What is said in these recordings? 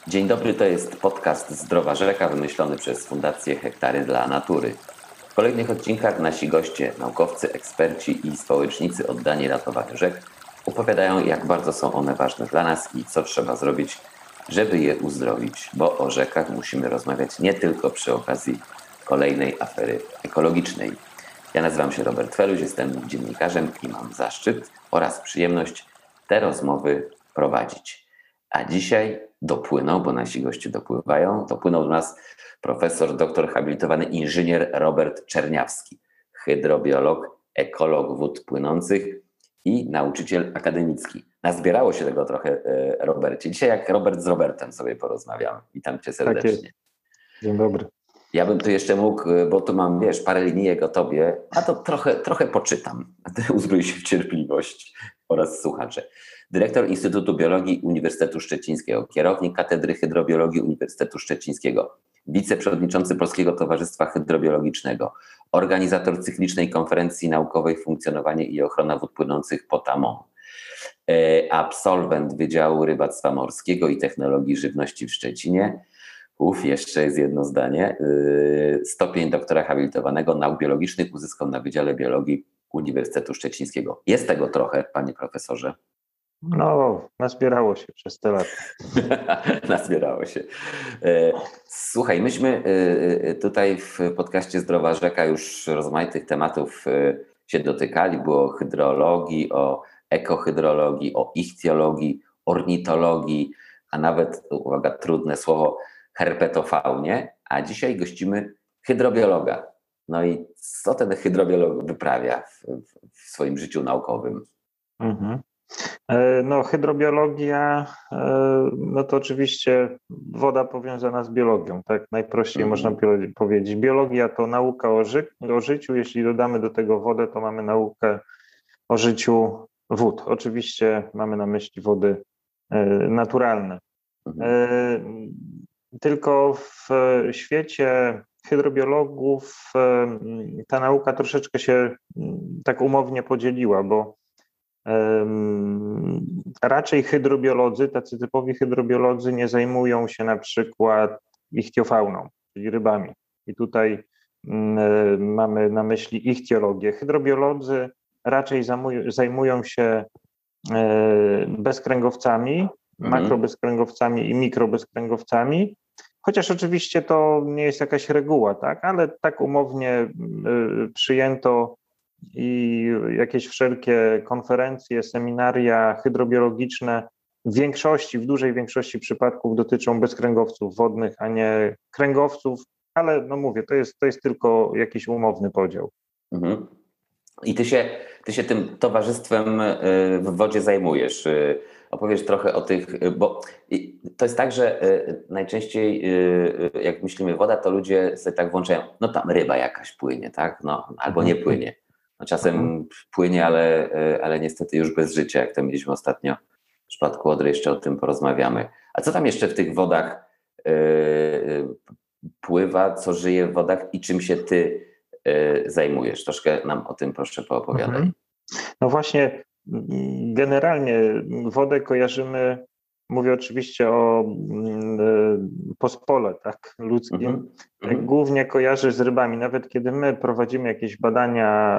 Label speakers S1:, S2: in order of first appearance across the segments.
S1: Dzień dobry, to jest podcast Zdrowa Rzeka wymyślony przez Fundację Hektary dla Natury. W kolejnych odcinkach nasi goście, naukowcy, eksperci i społecznicy oddani ratowaniu rzek opowiadają, jak bardzo są one ważne dla nas i co trzeba zrobić, żeby je uzdrowić, bo o rzekach musimy rozmawiać nie tylko przy okazji kolejnej afery ekologicznej. Ja nazywam się Robert Feluś, jestem dziennikarzem i mam zaszczyt oraz przyjemność te rozmowy prowadzić. A dzisiaj dopłynął, bo nasi goście dopłynął do nas profesor, doktor habilitowany inżynier Robert Czerniawski, hydrobiolog, ekolog wód płynących i nauczyciel akademicki. Nazbierało się tego trochę, Robercie. Dzisiaj jak Robert z Robertem sobie porozmawiam. Witam cię serdecznie.
S2: Tak jest. Dzień dobry.
S1: Ja bym tu jeszcze mógł, bo tu mam, parę linijek o tobie, a to trochę poczytam. Uzbrój się w cierpliwość oraz słuchacze. Dyrektor Instytutu Biologii Uniwersytetu Szczecińskiego, kierownik Katedry Hydrobiologii Uniwersytetu Szczecińskiego, wiceprzewodniczący Polskiego Towarzystwa Hydrobiologicznego, organizator cyklicznej konferencji naukowej Funkcjonowanie i ochrona wód płynących POTA-MON, absolwent Wydziału Rybactwa Morskiego i Technologii Żywności w Szczecinie. Jeszcze jest jedno zdanie. Stopień doktora habilitowanego nauk biologicznych uzyskał na Wydziale Biologii Uniwersytetu Szczecińskiego. Jest tego trochę, panie profesorze?
S2: No, nazbierało się przez te lata.
S1: Nazbierało się. Słuchaj, myśmy tutaj w podcaście Zdrowa Rzeka już rozmaitych tematów się dotykali. Było o hydrologii, o ekohydrologii, o ichtiologii, ornitologii, a nawet, uwaga, trudne słowo, herpetofaunie, a dzisiaj gościmy hydrobiologa. No i co ten hydrobiolog wyprawia w swoim życiu naukowym?
S2: No, hydrobiologia, no to oczywiście woda powiązana z biologią, tak najprościej można powiedzieć. Biologia to nauka o życiu, jeśli dodamy do tego wodę, to mamy naukę o życiu wód. Oczywiście mamy na myśli wody naturalne. Tylko w świecie hydrobiologów ta nauka troszeczkę się tak umownie podzieliła, bo raczej hydrobiolodzy, tacy typowi hydrobiolodzy nie zajmują się na przykład ichtiofauną, czyli rybami. I tutaj mamy na myśli ichtiologię. Hydrobiolodzy raczej zajmują się bezkręgowcami, makrobezkręgowcami i mikrobezkręgowcami, chociaż oczywiście to nie jest jakaś reguła, tak? Ale tak umownie przyjęto i jakieś wszelkie konferencje, seminaria hydrobiologiczne w dużej większości przypadków dotyczą bezkręgowców wodnych, a nie kręgowców, ale no mówię, to jest tylko jakiś umowny podział.
S1: I ty się tym towarzystwem w wodzie zajmujesz. Opowiesz trochę o tych, bo to jest tak, że najczęściej jak myślimy woda, to ludzie sobie tak włączają, no tam ryba jakaś płynie, tak? No, albo nie płynie. No, czasem płynie, ale niestety już bez życia, jak to mieliśmy ostatnio w przypadku Odry, jeszcze o tym porozmawiamy. A co tam jeszcze w tych wodach pływa, co żyje w wodach i czym się ty zajmujesz? Troszkę nam o tym proszę poopowiadaj.
S2: No właśnie, generalnie wodę kojarzymy, mówię oczywiście o pospole, tak, ludzkim, głównie kojarzy z rybami. Nawet kiedy my prowadzimy jakieś badania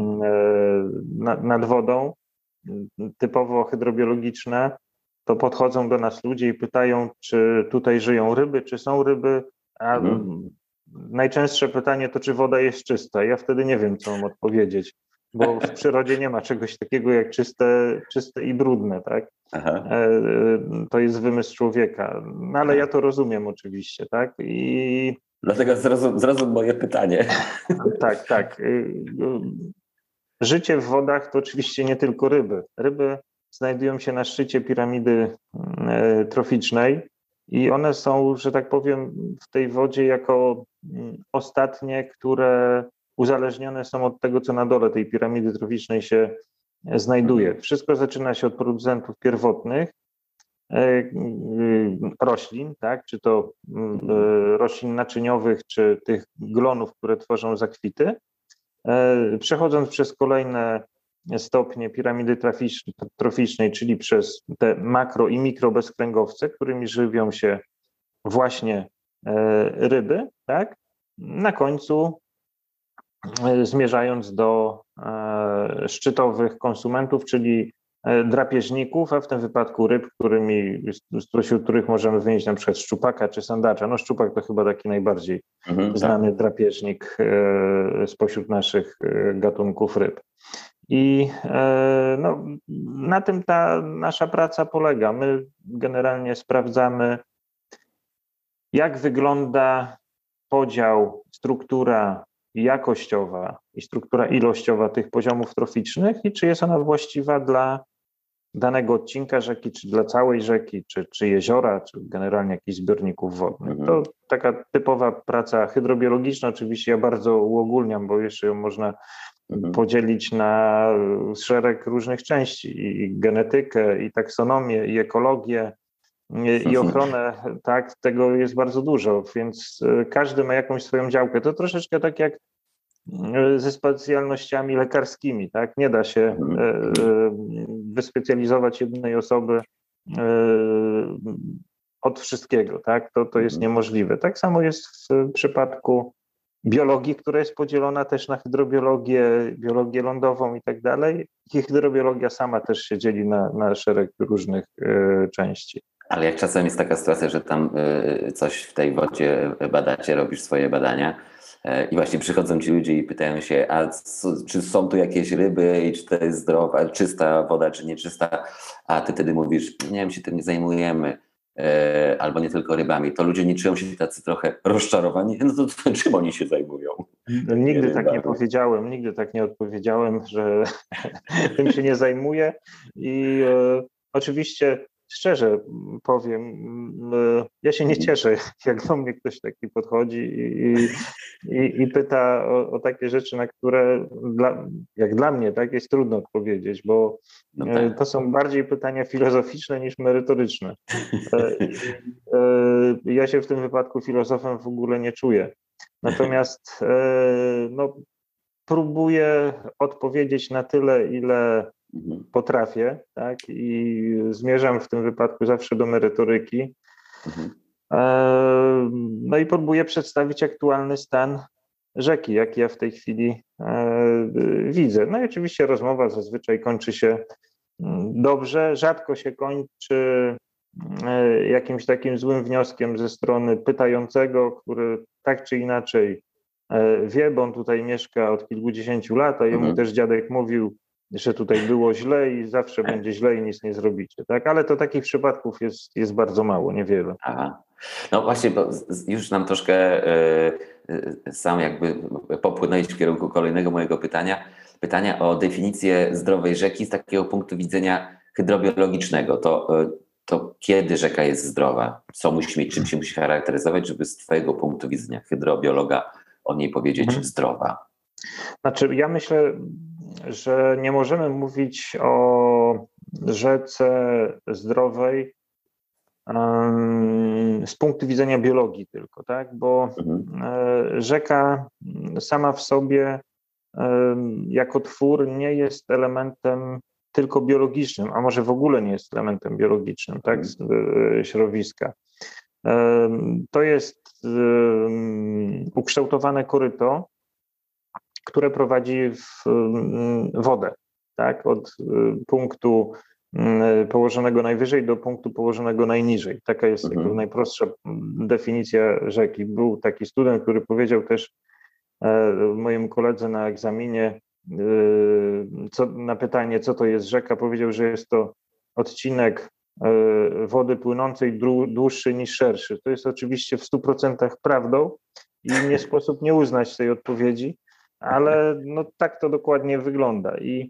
S2: nad wodą, typowo hydrobiologiczne, to podchodzą do nas ludzie i pytają, czy tutaj żyją ryby, czy są ryby, a najczęstsze pytanie to, czy woda jest czysta. Ja wtedy nie wiem, co mam odpowiedzieć, bo w przyrodzie nie ma czegoś takiego jak czyste i brudne, tak? To jest wymysł człowieka. No ale ja to rozumiem oczywiście, tak? I
S1: dlatego zrozum moje pytanie.
S2: Tak. Życie w wodach to oczywiście nie tylko ryby. Ryby znajdują się na szczycie piramidy troficznej i one są, że tak powiem, w tej wodzie jako ostatnie, które uzależnione są od tego, co na dole tej piramidy troficznej się znajduje. Wszystko zaczyna się od producentów pierwotnych, roślin, tak? Czy to roślin naczyniowych, czy tych glonów, które tworzą zakwity, przechodząc przez kolejne stopnie piramidy troficznej, czyli przez te makro i mikrobezkręgowce, którymi żywią się właśnie ryby, tak? Na końcu zmierzając do szczytowych konsumentów, czyli drapieżników, a w tym wypadku ryb, spośród których możemy wymienić na przykład szczupaka czy sandacza. No szczupak to chyba taki najbardziej znany drapieżnik spośród naszych gatunków ryb. I no, na tym ta nasza praca polega. My generalnie sprawdzamy, jak wygląda podział, struktura jakościowa i struktura ilościowa tych poziomów troficznych i czy jest ona właściwa dla danego odcinka rzeki, czy dla całej rzeki, czy jeziora, czy generalnie jakichś zbiorników wodnych. To taka typowa praca hydrobiologiczna. Oczywiście ja bardzo uogólniam, bo jeszcze ją można podzielić na szereg różnych części i genetykę, i taksonomię, i ekologię, i ochronę, tak, tego jest bardzo dużo, więc każdy ma jakąś swoją działkę. To troszeczkę tak jak ze specjalnościami lekarskimi, tak? Nie da się wyspecjalizować jednej osoby od wszystkiego, tak? To jest niemożliwe. Tak samo jest w przypadku biologii, która jest podzielona też na hydrobiologię, biologię lądową i tak dalej. I hydrobiologia sama też się dzieli na szereg różnych części.
S1: Ale jak czasem jest taka sytuacja, że tam coś w tej wodzie badacie, robisz swoje badania i właśnie przychodzą ci ludzie i pytają się, czy są tu jakieś ryby i czy to jest zdrowa, czysta woda, czy nieczysta, a ty wtedy mówisz, nie wiem, się tym nie zajmujemy, albo nie tylko rybami, to ludzie nie czują się tacy trochę rozczarowani, no to czym oni się zajmują?
S2: Nigdy tak nie powiedziałem, nigdy tak nie odpowiedziałem, że tym się nie zajmuję i oczywiście szczerze powiem, ja się nie cieszę, jak do mnie ktoś taki podchodzi i pyta o takie rzeczy, na które jak dla mnie tak jest trudno odpowiedzieć, bo to są bardziej pytania filozoficzne niż merytoryczne. Ja się w tym wypadku filozofem w ogóle nie czuję. Natomiast no, próbuję odpowiedzieć na tyle, ile potrafię, tak? I zmierzam w tym wypadku zawsze do merytoryki. No i próbuję przedstawić aktualny stan rzeki, jaki ja w tej chwili widzę. No i oczywiście rozmowa zazwyczaj kończy się dobrze, rzadko się kończy jakimś takim złym wnioskiem ze strony pytającego, który tak czy inaczej wie, bo on tutaj mieszka od kilkudziesięciu lat, a jemu też dziadek mówił, że tutaj było źle i zawsze będzie źle i nic nie zrobicie, tak? Ale to takich przypadków jest bardzo mało, niewiele.
S1: Aha. No właśnie, bo już nam troszkę sam jakby popłynąłeś w kierunku kolejnego mojego pytania o definicję zdrowej rzeki z takiego punktu widzenia hydrobiologicznego. To kiedy rzeka jest zdrowa? Co musi mieć, czym się musi charakteryzować, żeby z twojego punktu widzenia hydrobiologa o niej powiedzieć zdrowa?
S2: Znaczy, ja myślę, że nie możemy mówić o rzece zdrowej z punktu widzenia biologii tylko, tak? Bo rzeka sama w sobie jako twór nie jest elementem tylko biologicznym, a może w ogóle nie jest elementem biologicznym, tak? Środowiska. To jest ukształtowane koryto, które prowadzi w wodę, tak? Od punktu położonego najwyżej do punktu położonego najniżej. Taka jest jakby najprostsza definicja rzeki. Był taki student, który powiedział też mojemu koledze na egzaminie na pytanie, co to jest rzeka, powiedział, że jest to odcinek wody płynącej dłuższy niż szerszy. To jest oczywiście w 100% prawdą i nie sposób nie uznać tej odpowiedzi, ale no tak to dokładnie wygląda. I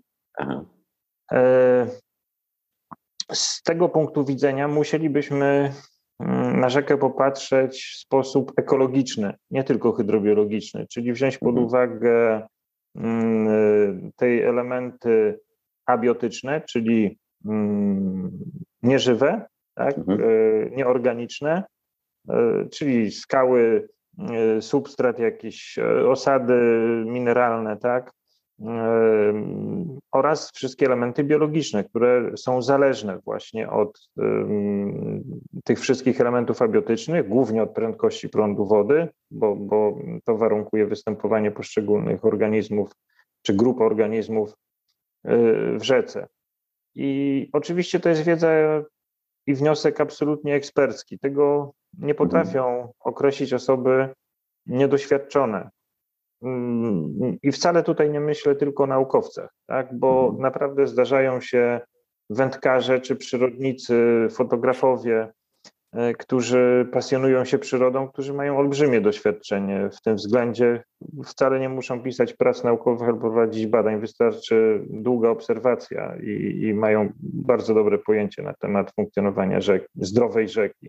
S2: z tego punktu widzenia musielibyśmy na rzekę popatrzeć w sposób ekologiczny, nie tylko hydrobiologiczny, czyli wziąć pod uwagę te elementy abiotyczne, czyli nieżywe, tak, nieorganiczne, czyli skały, substrat, jakieś osady mineralne, tak, oraz wszystkie elementy biologiczne, które są zależne właśnie od tych wszystkich elementów abiotycznych, głównie od prędkości prądu wody, bo to warunkuje występowanie poszczególnych organizmów czy grup organizmów w rzece. I oczywiście to jest wiedza i wniosek absolutnie ekspercki. Tego nie potrafią określić osoby niedoświadczone. I wcale tutaj nie myślę tylko o naukowcach, tak? Bo naprawdę zdarzają się wędkarze czy przyrodnicy, fotografowie, którzy pasjonują się przyrodą, którzy mają olbrzymie doświadczenie w tym względzie. Wcale nie muszą pisać prac naukowych albo prowadzić badań, wystarczy długa obserwacja i mają bardzo dobre pojęcie na temat funkcjonowania rzek, zdrowej rzeki.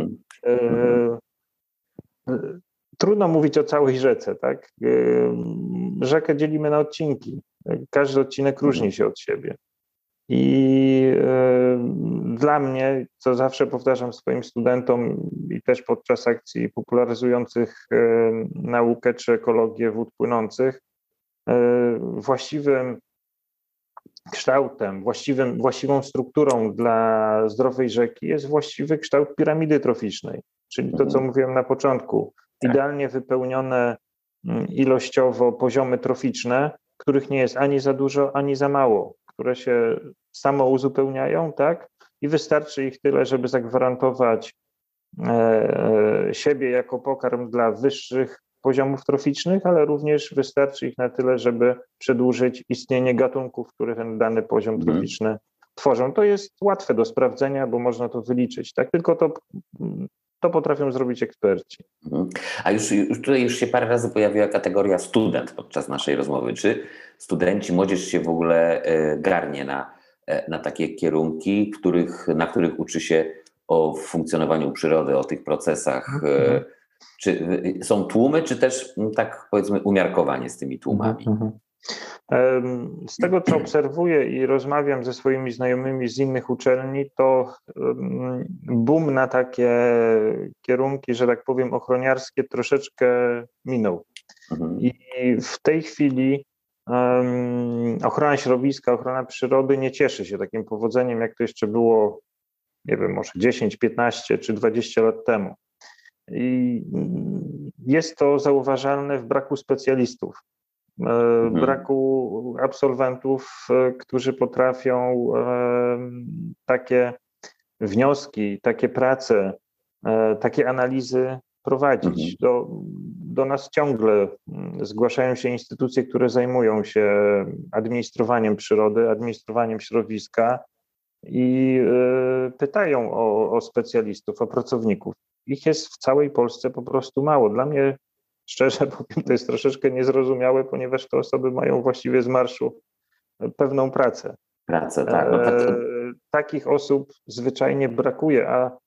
S2: Trudno mówić o całej rzece, tak? Rzekę dzielimy na odcinki. Każdy odcinek różni się od siebie. I dla mnie, co zawsze powtarzam swoim studentom i też podczas akcji popularyzujących naukę czy ekologię wód płynących, właściwym kształtem, właściwą strukturą dla zdrowej rzeki jest właściwy kształt piramidy troficznej, czyli to, co mówiłem na początku. Idealnie wypełnione ilościowo poziomy troficzne, których nie jest ani za dużo, ani za mało, które się samo uzupełniają, tak? I wystarczy ich tyle, żeby zagwarantować siebie jako pokarm dla wyższych poziomów troficznych, ale również wystarczy ich na tyle, żeby przedłużyć istnienie gatunków, które ten dany poziom troficzny tworzą. To jest łatwe do sprawdzenia, bo można to wyliczyć, tak? Tylko to potrafią zrobić eksperci.
S1: A już tutaj się parę razy pojawiła kategoria student podczas naszej rozmowy. Czy studenci, młodzież się w ogóle garnie na takie kierunki, na których uczy się o funkcjonowaniu przyrody, o tych procesach? Czy są tłumy, czy też tak powiedzmy umiarkowanie z tymi tłumami?
S2: Z tego, co obserwuję i rozmawiam ze swoimi znajomymi z innych uczelni, to boom na takie kierunki, że tak powiem, ochroniarskie troszeczkę minął. I w tej chwili ochrona środowiska, ochrona przyrody nie cieszy się takim powodzeniem, jak to jeszcze było, nie wiem, może 10, 15 czy 20 lat temu. I jest to zauważalne w braku specjalistów. Braku absolwentów, którzy potrafią takie wnioski, takie prace, takie analizy prowadzić. Do nas ciągle zgłaszają się instytucje, które zajmują się administrowaniem przyrody, administrowaniem środowiska i pytają o specjalistów, o pracowników. Ich jest w całej Polsce po prostu mało. Dla mnie, szczerze powiem, to jest troszeczkę niezrozumiałe, ponieważ te osoby mają właściwie z marszu pewną pracę.
S1: Tak. No,
S2: takich osób zwyczajnie brakuje, a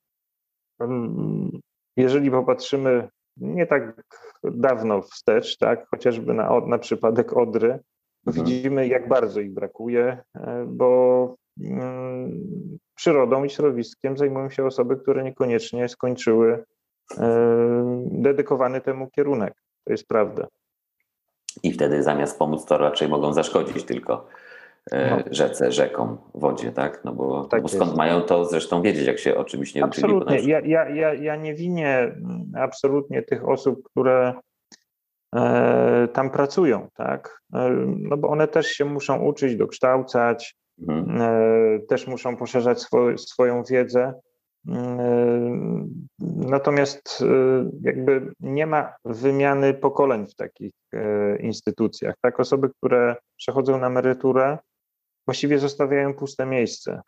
S2: jeżeli popatrzymy nie tak dawno wstecz, tak, chociażby na przypadek Odry, to widzimy, jak bardzo ich brakuje, bo przyrodą i środowiskiem zajmują się osoby, które niekoniecznie skończyły dedykowany temu kierunek. To jest prawda.
S1: I wtedy zamiast pomóc, to raczej mogą zaszkodzić tylko rzece, rzekom, wodzie, tak? No bo skąd mają to zresztą wiedzieć, jak się o czymś nie uczyli?
S2: Absolutnie. Ja nie winię absolutnie tych osób, które tam pracują, tak? No bo one też się muszą uczyć, dokształcać, też muszą poszerzać swoją wiedzę. Natomiast jakby nie ma wymiany pokoleń w takich instytucjach. Tak, osoby, które przechodzą na emeryturę, właściwie zostawiają puste miejsce.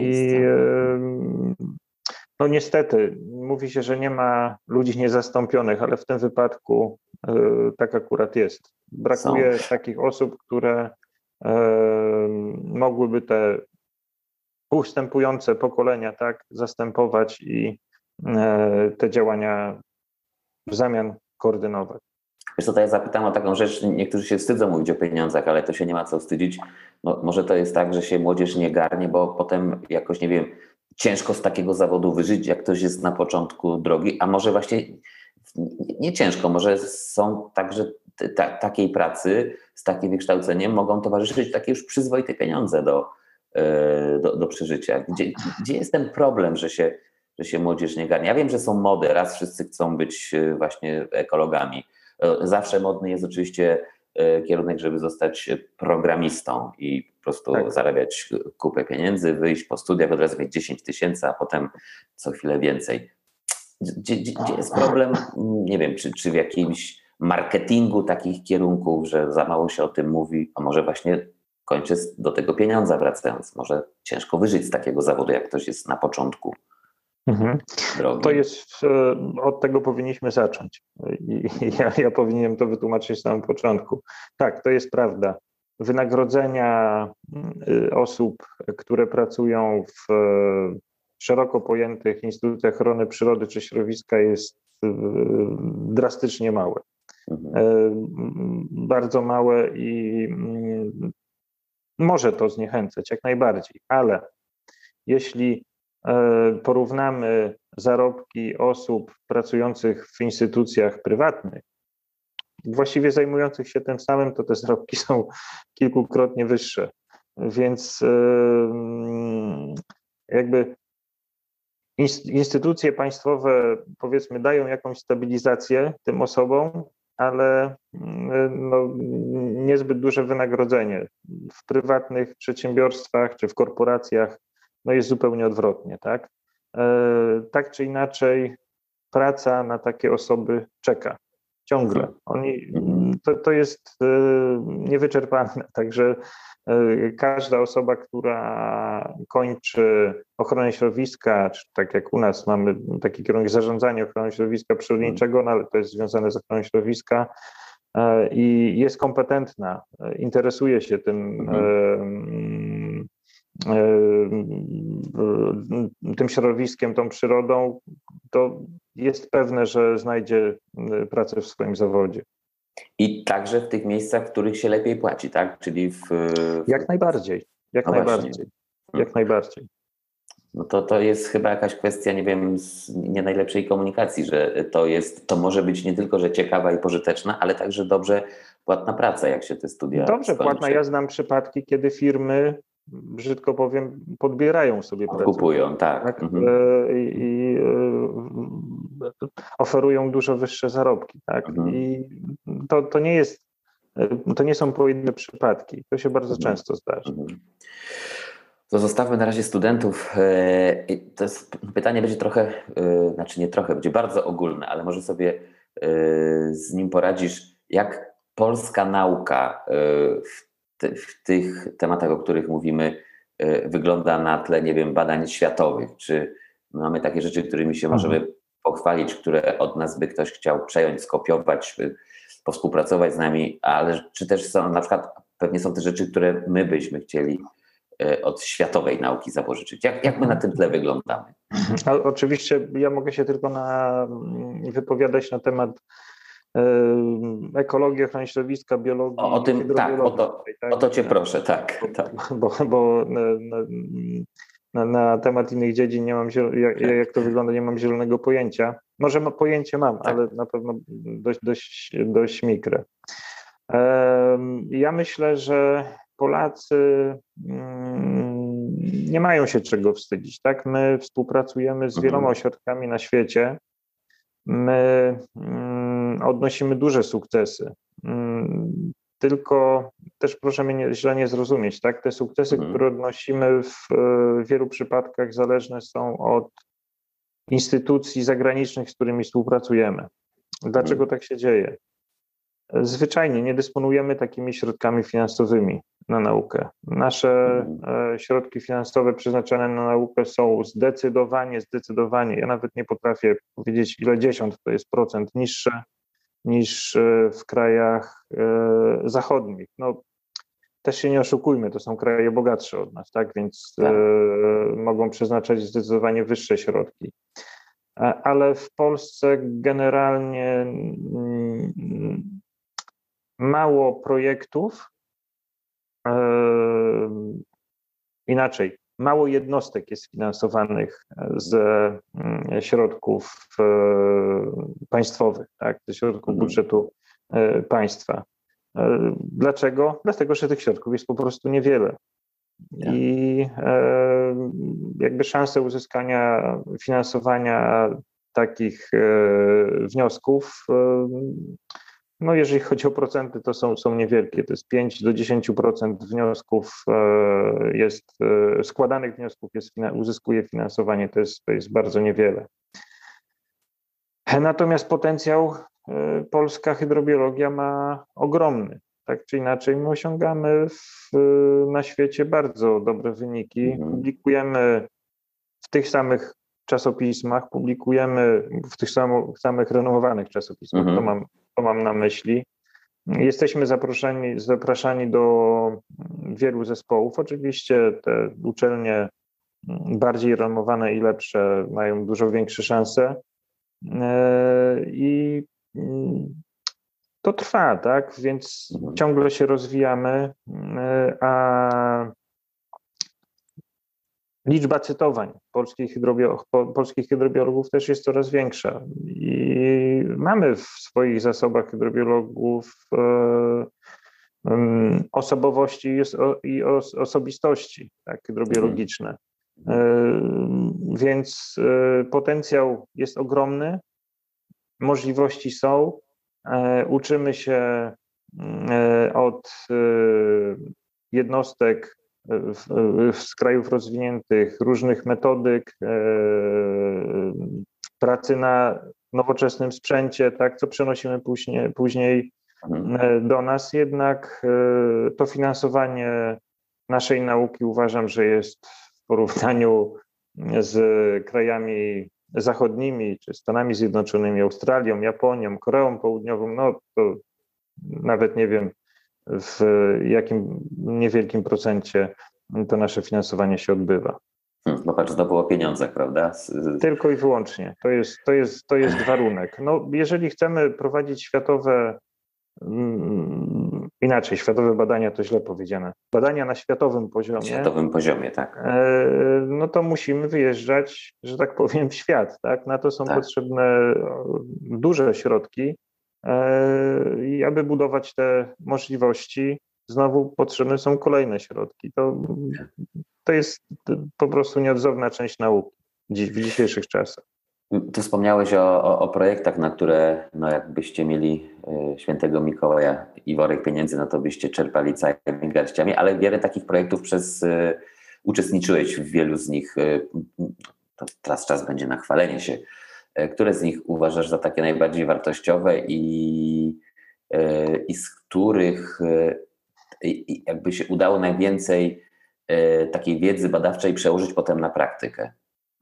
S2: No niestety, mówi się, że nie ma ludzi niezastąpionych, ale w tym wypadku tak akurat jest. Brakuje takich osób, które mogłyby te ustępujące pokolenia tak zastępować i te działania w zamian koordynować.
S1: Wiesz co, to ja zapytam o taką rzecz, niektórzy się wstydzą mówić o pieniądzach, ale to się nie ma co wstydzić. Może to jest tak, że się młodzież nie garnie, bo potem jakoś, nie wiem, ciężko z takiego zawodu wyżyć, jak ktoś jest na początku drogi, a może właśnie nie ciężko, może są także takiej pracy, z takim wykształceniem mogą towarzyszyć takie już przyzwoite pieniądze do przeżycia. Gdzie jest ten problem, że się młodzież nie garnie? Ja wiem, że są mody, raz wszyscy chcą być właśnie ekologami. Zawsze modny jest oczywiście kierunek, żeby zostać programistą i po prostu zarabiać kupę pieniędzy, wyjść po studiach, od razu mieć 10 000, a potem co chwilę więcej. Gdzie jest problem, nie wiem, czy w jakimś marketingu takich kierunków, że za mało się o tym mówi, a może właśnie kończę do tego pieniądza wracając, może ciężko wyżyć z takiego zawodu, jak ktoś jest na początku drogi.
S2: To jest, od tego powinniśmy zacząć. Ja powinienem to wytłumaczyć na samym początku. Tak, to jest prawda. Wynagrodzenia osób, które pracują w szeroko pojętych instytucjach ochrony przyrody czy środowiska jest drastycznie małe. Bardzo małe i może to zniechęcać jak najbardziej, ale jeśli porównamy zarobki osób pracujących w instytucjach prywatnych, właściwie zajmujących się tym samym, to te zarobki są kilkukrotnie wyższe. Więc jakby instytucje państwowe, powiedzmy, dają jakąś stabilizację tym osobom, ale niezbyt duże wynagrodzenie. W prywatnych przedsiębiorstwach czy w korporacjach jest zupełnie odwrotnie, tak? Tak czy inaczej praca na takie osoby czeka ciągle. To jest niewyczerpane, także każda osoba, która kończy ochronę środowiska, czy tak jak u nas mamy taki kierunek zarządzania ochroną środowiska przyrodniczego, ale to jest związane z ochroną środowiska i jest kompetentna, interesuje się tym środowiskiem, tą przyrodą, to jest pewne, że znajdzie pracę w swoim zawodzie.
S1: I także w tych miejscach, w których się lepiej płaci, tak? Czyli
S2: Jak najbardziej. Jak najbardziej.
S1: No to jest chyba jakaś kwestia, nie wiem, nie najlepszej komunikacji, że to może być nie tylko, że ciekawa i pożyteczna, ale także dobrze płatna praca, jak się te studia
S2: Dobrze
S1: skończy.
S2: Płatna. Ja znam przypadki, kiedy firmy, brzydko powiem, podbierają sobie pracę.
S1: Kupują, tak.
S2: I oferują dużo wyższe zarobki, tak? I to nie są pojedyncze przypadki. To się bardzo często zdarza.
S1: To zostawmy na razie studentów. To jest, pytanie będzie trochę, znaczy nie trochę, będzie bardzo ogólne, ale może sobie z nim poradzisz, jak polska nauka w tych tematach, o których mówimy, wygląda na tle, nie wiem, badań światowych. Czy mamy takie rzeczy, którymi się możemy pochwalić, które od nas by ktoś chciał przejąć, skopiować, powspółpracować z nami, ale czy też są, na przykład, pewnie są te rzeczy, które my byśmy chcieli od światowej nauki zapożyczyć. Jak my na tym tle wyglądamy?
S2: Oczywiście ja mogę się tylko wypowiadać na temat ekologii, ochrony środowiska, biologii.
S1: O tym, tak, o to cię proszę, tak.
S2: Bo na temat innych dziedzin nie mam, jak to wygląda, nie mam zielonego pojęcia. Może pojęcie mam, tak, ale na pewno dość mikre. Ja myślę, że Polacy nie mają się czego wstydzić. Tak? My współpracujemy z wieloma ośrodkami na świecie. My odnosimy duże sukcesy. Tylko też proszę mnie źle nie zrozumieć. Tak? Te sukcesy, które odnosimy w wielu przypadkach zależne są od instytucji zagranicznych, z którymi współpracujemy. Dlaczego tak się dzieje? Zwyczajnie nie dysponujemy takimi środkami finansowymi na naukę. Nasze środki finansowe przeznaczone na naukę są zdecydowanie, ja nawet nie potrafię powiedzieć, ile to jest procent niższe niż w krajach zachodnich. No, też się nie oszukujmy, to są kraje bogatsze od nas, tak? Więc mogą przeznaczać zdecydowanie wyższe środki. Ale w Polsce generalnie mało projektów, inaczej, mało jednostek jest finansowanych ze środków państwowych, tak, ze środków budżetu państwa. Dlaczego? Dlatego, że tych środków jest po prostu niewiele. I jakby szanse uzyskania finansowania takich wniosków, no jeżeli chodzi o procenty, to są niewielkie. To jest 5 do 10% wniosków składanych wniosków uzyskuje finansowanie. To jest bardzo niewiele. Natomiast potencjał polska hydrobiologia ma ogromny. Tak czy inaczej, my osiągamy na świecie bardzo dobre wyniki. Publikujemy w tych samych czasopismach, publikujemy w tych samych renomowanych czasopismach, to mam na myśli. Jesteśmy zapraszani do wielu zespołów. Oczywiście te uczelnie bardziej renomowane i lepsze mają dużo większe szanse. I to trwa, tak? Więc ciągle się rozwijamy, a liczba cytowań polskich hydrobiologów też jest coraz większa. I mamy w swoich zasobach hydrobiologów osobowości i osobistości, tak, hydrobiologiczne. Więc potencjał jest ogromny, możliwości są. Uczymy się od jednostek z krajów rozwiniętych różnych metodyk, pracy na nowoczesnym sprzęcie, tak, co przenosimy później do nas. Jednak to finansowanie naszej nauki uważam, że jest w porównaniu z krajami zachodnimi, czy Stanami Zjednoczonymi, Australią, Japonią, Koreą Południową, no to nawet nie wiem, w jakim niewielkim procencie to nasze finansowanie się odbywa.
S1: Bo patrz, znowu o pieniądzach, prawda?
S2: Tylko i wyłącznie. To jest warunek. No, jeżeli chcemy prowadzić światowe badania to źle powiedziane, badania na światowym poziomie.
S1: Światowym poziomie, tak.
S2: No to musimy wyjeżdżać, że tak powiem, w świat, tak? Na to są potrzebne duże środki i aby budować te możliwości, znowu potrzebne są kolejne środki. To jest po prostu nieodzowna część nauki w dzisiejszych czasach.
S1: Tu wspomniałeś o projektach, na które no jakbyście mieli świętego Mikołaja i worek pieniędzy, no to byście czerpali całymi garściami, ale wiele takich projektów uczestniczyłeś w wielu z nich. To teraz czas będzie na chwalenie się. Które z nich uważasz za takie najbardziej wartościowe i z których jakby się udało najwięcej takiej wiedzy badawczej przełożyć potem na praktykę?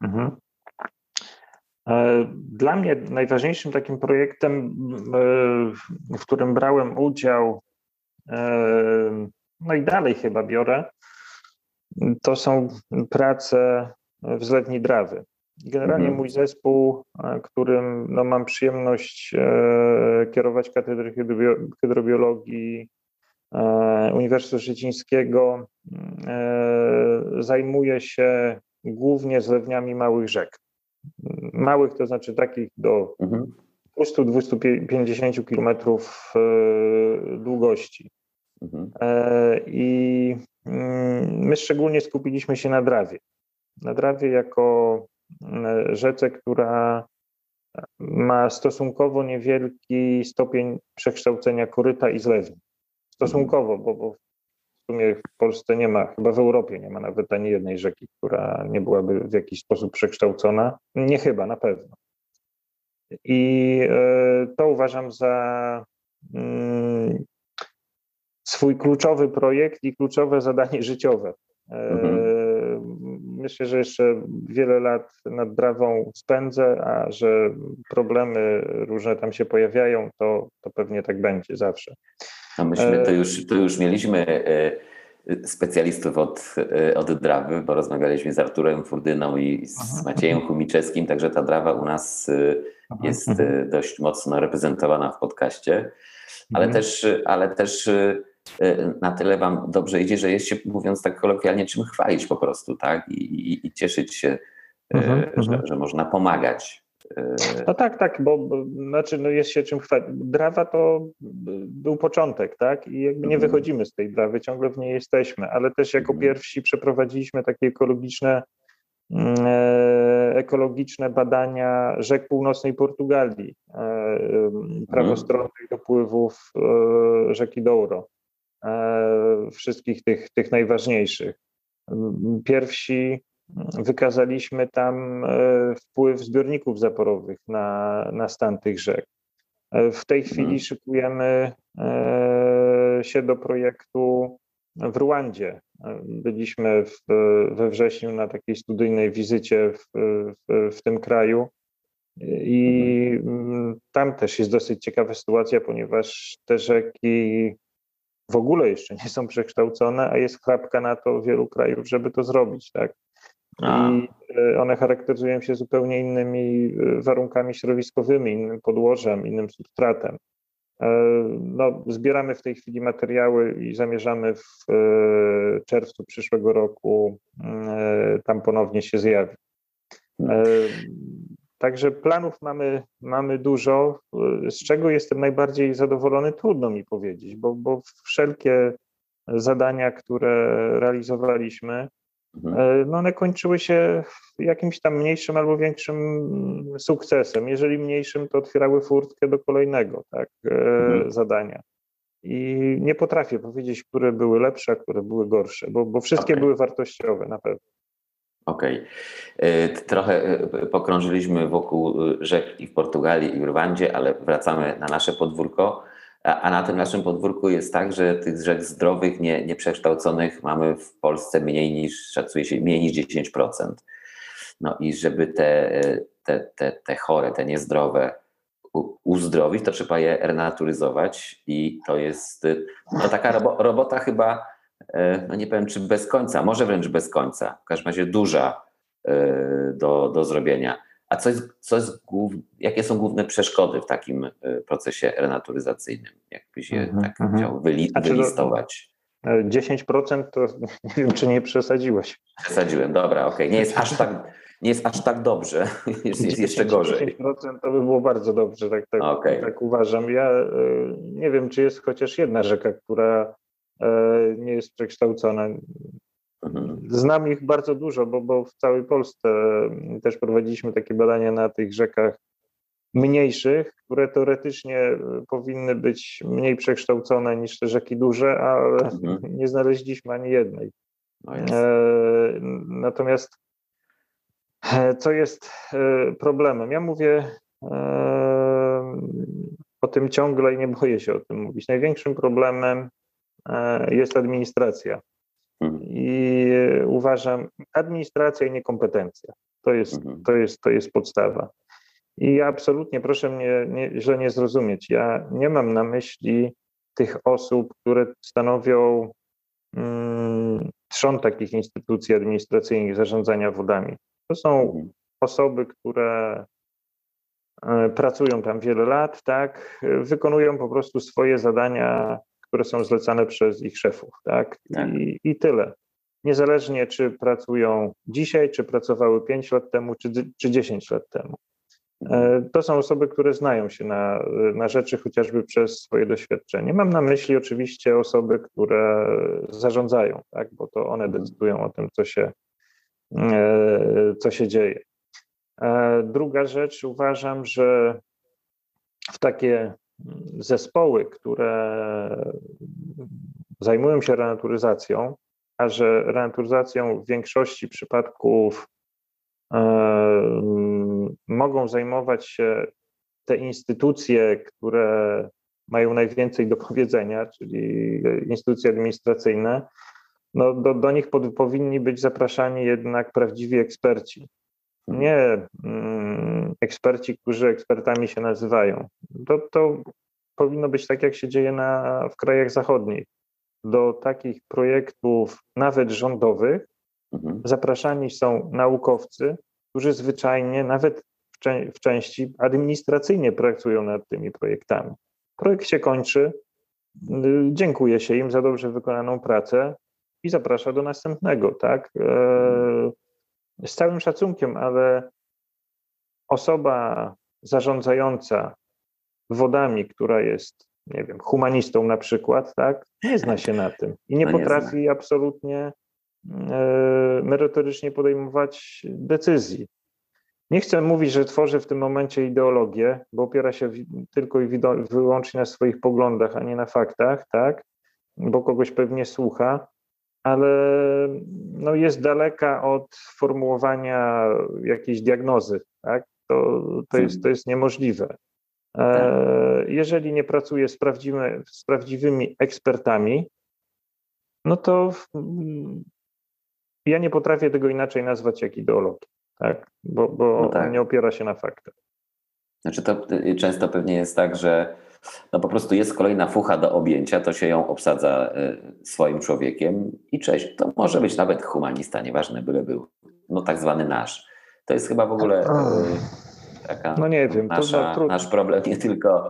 S2: Dla mnie najważniejszym takim projektem, w którym brałem udział, no i dalej chyba biorę, to są prace w Zlewni Drawy. Generalnie mój zespół, którym no, mam przyjemność kierować Katedrę Hydrobiologii Uniwersytetu Szczecińskiego, zajmuje się głównie zlewniami małych rzek. Małych, to znaczy takich do 200-250 kilometrów długości. I my szczególnie skupiliśmy się na Drawie. Na Drawie jako rzece, która ma stosunkowo niewielki stopień przekształcenia koryta i zlewni. Stosunkowo, bo w sumie w Polsce nie ma, chyba w Europie nie ma nawet ani jednej rzeki, która nie byłaby w jakiś sposób przekształcona. Nie chyba, na pewno. I to uważam za swój kluczowy projekt i kluczowe zadanie życiowe. Myślę, że jeszcze wiele lat nad Drawą spędzę, a że problemy różne tam się pojawiają, to pewnie tak będzie zawsze.
S1: No myśmy to już mieliśmy specjalistów od Drawy, bo rozmawialiśmy z Arturem Furdyną i z Maciejem Chumiczewskim, także ta Drawa u nas jest dość mocno reprezentowana w podcaście, ale też na tyle wam dobrze idzie, że jest się, mówiąc tak kolokwialnie, czym chwalić po prostu, tak? I cieszyć się, że można pomagać
S2: No tak, bo znaczy jest się czym chwalić. Drawa to był początek, tak? I jakby nie wychodzimy z tej drawy, ciągle w niej jesteśmy, ale też jako pierwsi przeprowadziliśmy takie ekologiczne badania rzek północnej Portugalii, prawostronnych dopływów rzeki Douro, wszystkich tych najważniejszych. Pierwsi wykazaliśmy tam wpływ zbiorników zaporowych na stan tych rzek. W tej chwili szykujemy się do projektu w Ruandzie. Byliśmy we wrześniu na takiej studyjnej wizycie w tym kraju i tam też jest dosyć ciekawa sytuacja, ponieważ te rzeki w ogóle jeszcze nie są przekształcone, a jest chrapka na to wielu krajów, żeby to zrobić, tak? I one charakteryzują się zupełnie innymi warunkami środowiskowymi, innym podłożem, innym substratem. No, zbieramy w tej chwili materiały i zamierzamy w czerwcu przyszłego roku tam ponownie się zjawić. Także planów mamy dużo, z czego jestem najbardziej zadowolony, trudno mi powiedzieć, bo wszelkie zadania, które realizowaliśmy, no one kończyły się jakimś tam mniejszym albo większym sukcesem. Jeżeli mniejszym, to otwierały furtkę do kolejnego zadania. I nie potrafię powiedzieć, które były lepsze, a które były gorsze, bo wszystkie były wartościowe na pewno.
S1: Okej. Trochę pokrążyliśmy wokół rzek i w Portugalii i w Rwandzie, ale wracamy na nasze podwórko. A na tym naszym podwórku jest tak, że tych rzek zdrowych, nieprzekształconych mamy w Polsce szacuje się, mniej niż 10%. No i żeby te chore, te niezdrowe uzdrowić, to trzeba je renaturyzować i to jest taka robota chyba, no nie powiem czy bez końca, może wręcz bez końca, w każdym razie duża do zrobienia. A jakie są główne przeszkody w takim procesie renaturyzacyjnym? Jakbyś je chciał wylistować?
S2: 10% to nie wiem, czy nie przesadziłeś.
S1: Przesadziłem, dobra, okej. Nie jest aż tak dobrze, jest jeszcze gorzej.
S2: 10% to by było bardzo dobrze, tak uważam. Ja nie wiem, czy jest chociaż jedna rzeka, która nie jest przekształcona. Znam ich bardzo dużo, bo w całej Polsce też prowadziliśmy takie badania na tych rzekach mniejszych, które teoretycznie powinny być mniej przekształcone niż te rzeki duże, ale nie znaleźliśmy ani jednej. Natomiast co jest problemem? Ja mówię o tym ciągle i nie boję się o tym mówić. Największym problemem jest administracja. I uważam, administracja i niekompetencja. To jest podstawa. I ja absolutnie, proszę mnie źle nie zrozumieć, ja nie mam na myśli tych osób, które stanowią trzon takich instytucji administracyjnych zarządzania wodami. To są osoby, które pracują tam wiele lat, tak, wykonują po prostu swoje zadania, które są zlecane przez ich szefów, tak? I tyle. Niezależnie, czy pracują dzisiaj, czy pracowały 5 lat temu, czy 10 lat temu. To są osoby, które znają się na rzeczy chociażby przez swoje doświadczenie. Mam na myśli oczywiście osoby, które zarządzają, tak? Bo to one decydują o tym, co się dzieje. Druga rzecz, uważam, że w takie zespoły, które zajmują się renaturyzacją, a że renaturyzacją w większości przypadków mogą zajmować się te instytucje, które mają najwięcej do powiedzenia, czyli instytucje administracyjne, no do nich powinni być zapraszani jednak prawdziwi eksperci. Nie eksperci, którzy ekspertami się nazywają. To powinno być tak, jak się dzieje w krajach zachodnich. Do takich projektów, nawet rządowych, zapraszani są naukowcy, którzy zwyczajnie, nawet w części administracyjnie pracują nad tymi projektami. Projekt się kończy, dziękuję się im za dobrze wykonaną pracę i zaprasza do następnego, tak? Z całym szacunkiem, ale osoba zarządzająca wodami, która jest, nie wiem, humanistą na przykład, tak, nie zna się na tym i nie potrafi absolutnie merytorycznie podejmować decyzji. Nie chcę mówić, że tworzy w tym momencie ideologię, bo opiera się tylko i wyłącznie na swoich poglądach, a nie na faktach, tak, bo kogoś pewnie słucha, ale no jest daleka od formułowania jakiejś diagnozy, tak? To jest niemożliwe. Jeżeli nie pracuje z prawdziwymi ekspertami, no to ja nie potrafię tego inaczej nazwać jak ideologię, tak? Bo
S1: No tak.
S2: nie opiera się na faktach.
S1: Znaczy to często pewnie jest tak, że no po prostu jest kolejna fucha do objęcia, to się ją obsadza swoim człowiekiem i cześć. To może być nawet humanista, nieważne, byle był. No tak zwany nasz. To jest chyba w ogóle taka
S2: no nie wiem,
S1: nasz problem, nie tylko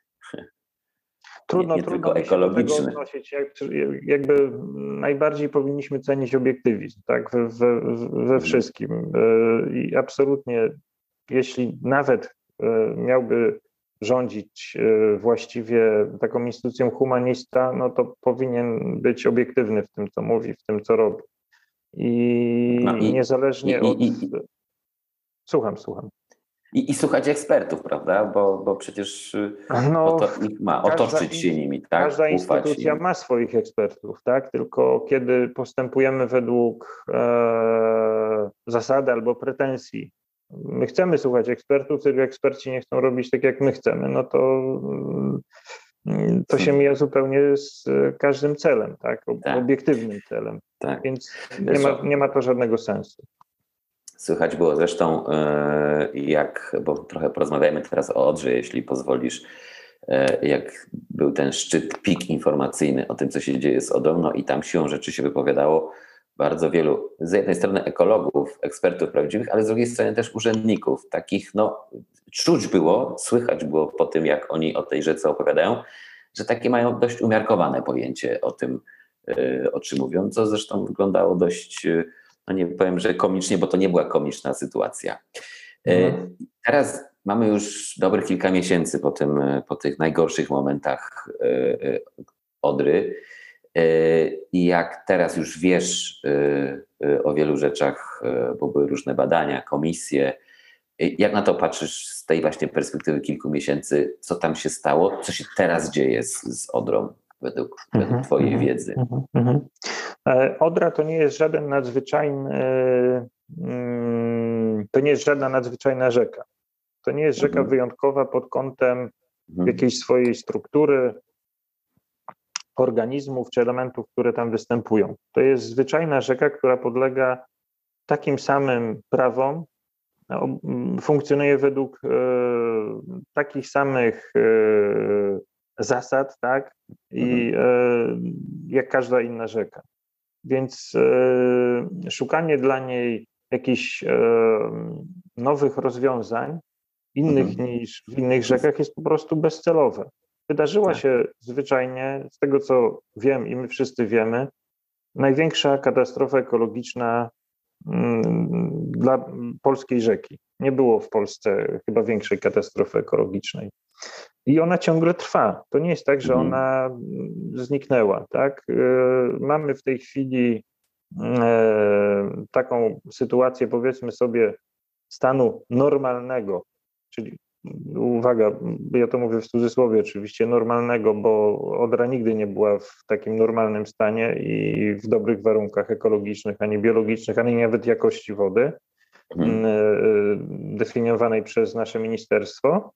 S2: Trudno
S1: tylko
S2: mi się do tego
S1: ekologiczny.
S2: odnosić. Jakby najbardziej powinniśmy cenić obiektywizm, tak, we wszystkim. I absolutnie, jeśli nawet miałby rządzić właściwie taką instytucją humanista, no to powinien być obiektywny w tym, co mówi, w tym, co robi. I niezależnie od... Słucham.
S1: I słuchać ekspertów, prawda? Bo przecież nikt ma otoczyć się nimi, tak?
S2: Każda instytucja ma swoich ekspertów, tak? Tylko kiedy postępujemy według zasady albo pretensji, my chcemy słuchać ekspertów, tylko eksperci nie chcą robić tak, jak my chcemy, no to się mija zupełnie z każdym celem, tak? Obiektywnym celem.
S1: Tak.
S2: Więc nie ma to żadnego sensu.
S1: Słychać było zresztą, bo trochę porozmawiajmy teraz o Odrze, jeśli pozwolisz, jak był ten szczyt, pik informacyjny o tym, co się dzieje z Odrą, no i tam siłą rzeczy się wypowiadało bardzo wielu, z jednej strony ekologów, ekspertów prawdziwych, ale z drugiej strony też urzędników, takich, słychać było po tym, jak oni o tej rzece opowiadają, że takie mają dość umiarkowane pojęcie o tym, o czym mówią, co zresztą wyglądało dość... No nie powiem, że komicznie, bo to nie była komiczna sytuacja. Teraz mamy już dobrych kilka miesięcy po tych najgorszych momentach Odry. I jak teraz już wiesz o wielu rzeczach, bo były różne badania, komisje, jak na to patrzysz z tej właśnie perspektywy kilku miesięcy, co tam się stało, co się teraz dzieje z Odrą według twojej wiedzy?
S2: Odra to nie jest żaden nadzwyczajny, to nie jest żadna nadzwyczajna rzeka. To nie jest rzeka wyjątkowa pod kątem jakiejś swojej struktury, organizmów czy elementów, które tam występują. To jest zwyczajna rzeka, która podlega takim samym prawom, funkcjonuje według takich samych zasad, tak, i jak każda inna rzeka. Więc szukanie dla niej jakichś nowych rozwiązań, innych niż w innych rzekach, jest po prostu bezcelowe. Wydarzyła się zwyczajnie, z tego co wiem i my wszyscy wiemy, największa katastrofa ekologiczna dla polskiej rzeki. Nie było w Polsce chyba większej katastrofy ekologicznej. I ona ciągle trwa. To nie jest tak, że ona zniknęła, tak? Mamy w tej chwili taką sytuację, powiedzmy sobie, stanu normalnego, czyli uwaga, ja to mówię w cudzysłowie oczywiście, normalnego, bo Odra nigdy nie była w takim normalnym stanie i w dobrych warunkach ekologicznych, ani biologicznych, ani nawet jakości wody definiowanej przez nasze ministerstwo.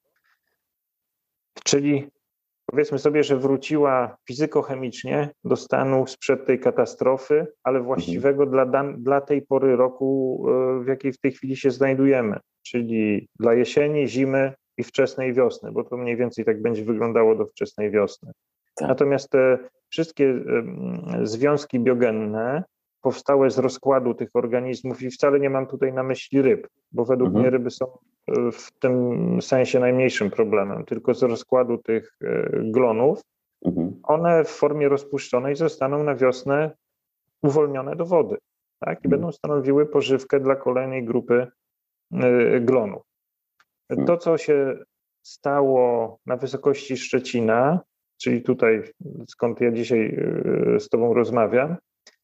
S2: Czyli powiedzmy sobie, że wróciła fizykochemicznie do stanu sprzed tej katastrofy, ale właściwego dla tej pory roku, w jakiej w tej chwili się znajdujemy, czyli dla jesieni, zimy i wczesnej wiosny, bo to mniej więcej tak będzie wyglądało do wczesnej wiosny. Tak. Natomiast te wszystkie związki biogenne powstałe z rozkładu tych organizmów, i wcale nie mam tutaj na myśli ryb, bo według mnie ryby są w tym sensie najmniejszym problemem, tylko z rozkładu tych glonów, one w formie rozpuszczonej zostaną na wiosnę uwolnione do wody, tak? I będą stanowiły pożywkę dla kolejnej grupy glonów. To, co się stało na wysokości Szczecina, czyli tutaj, skąd ja dzisiaj z Tobą rozmawiam,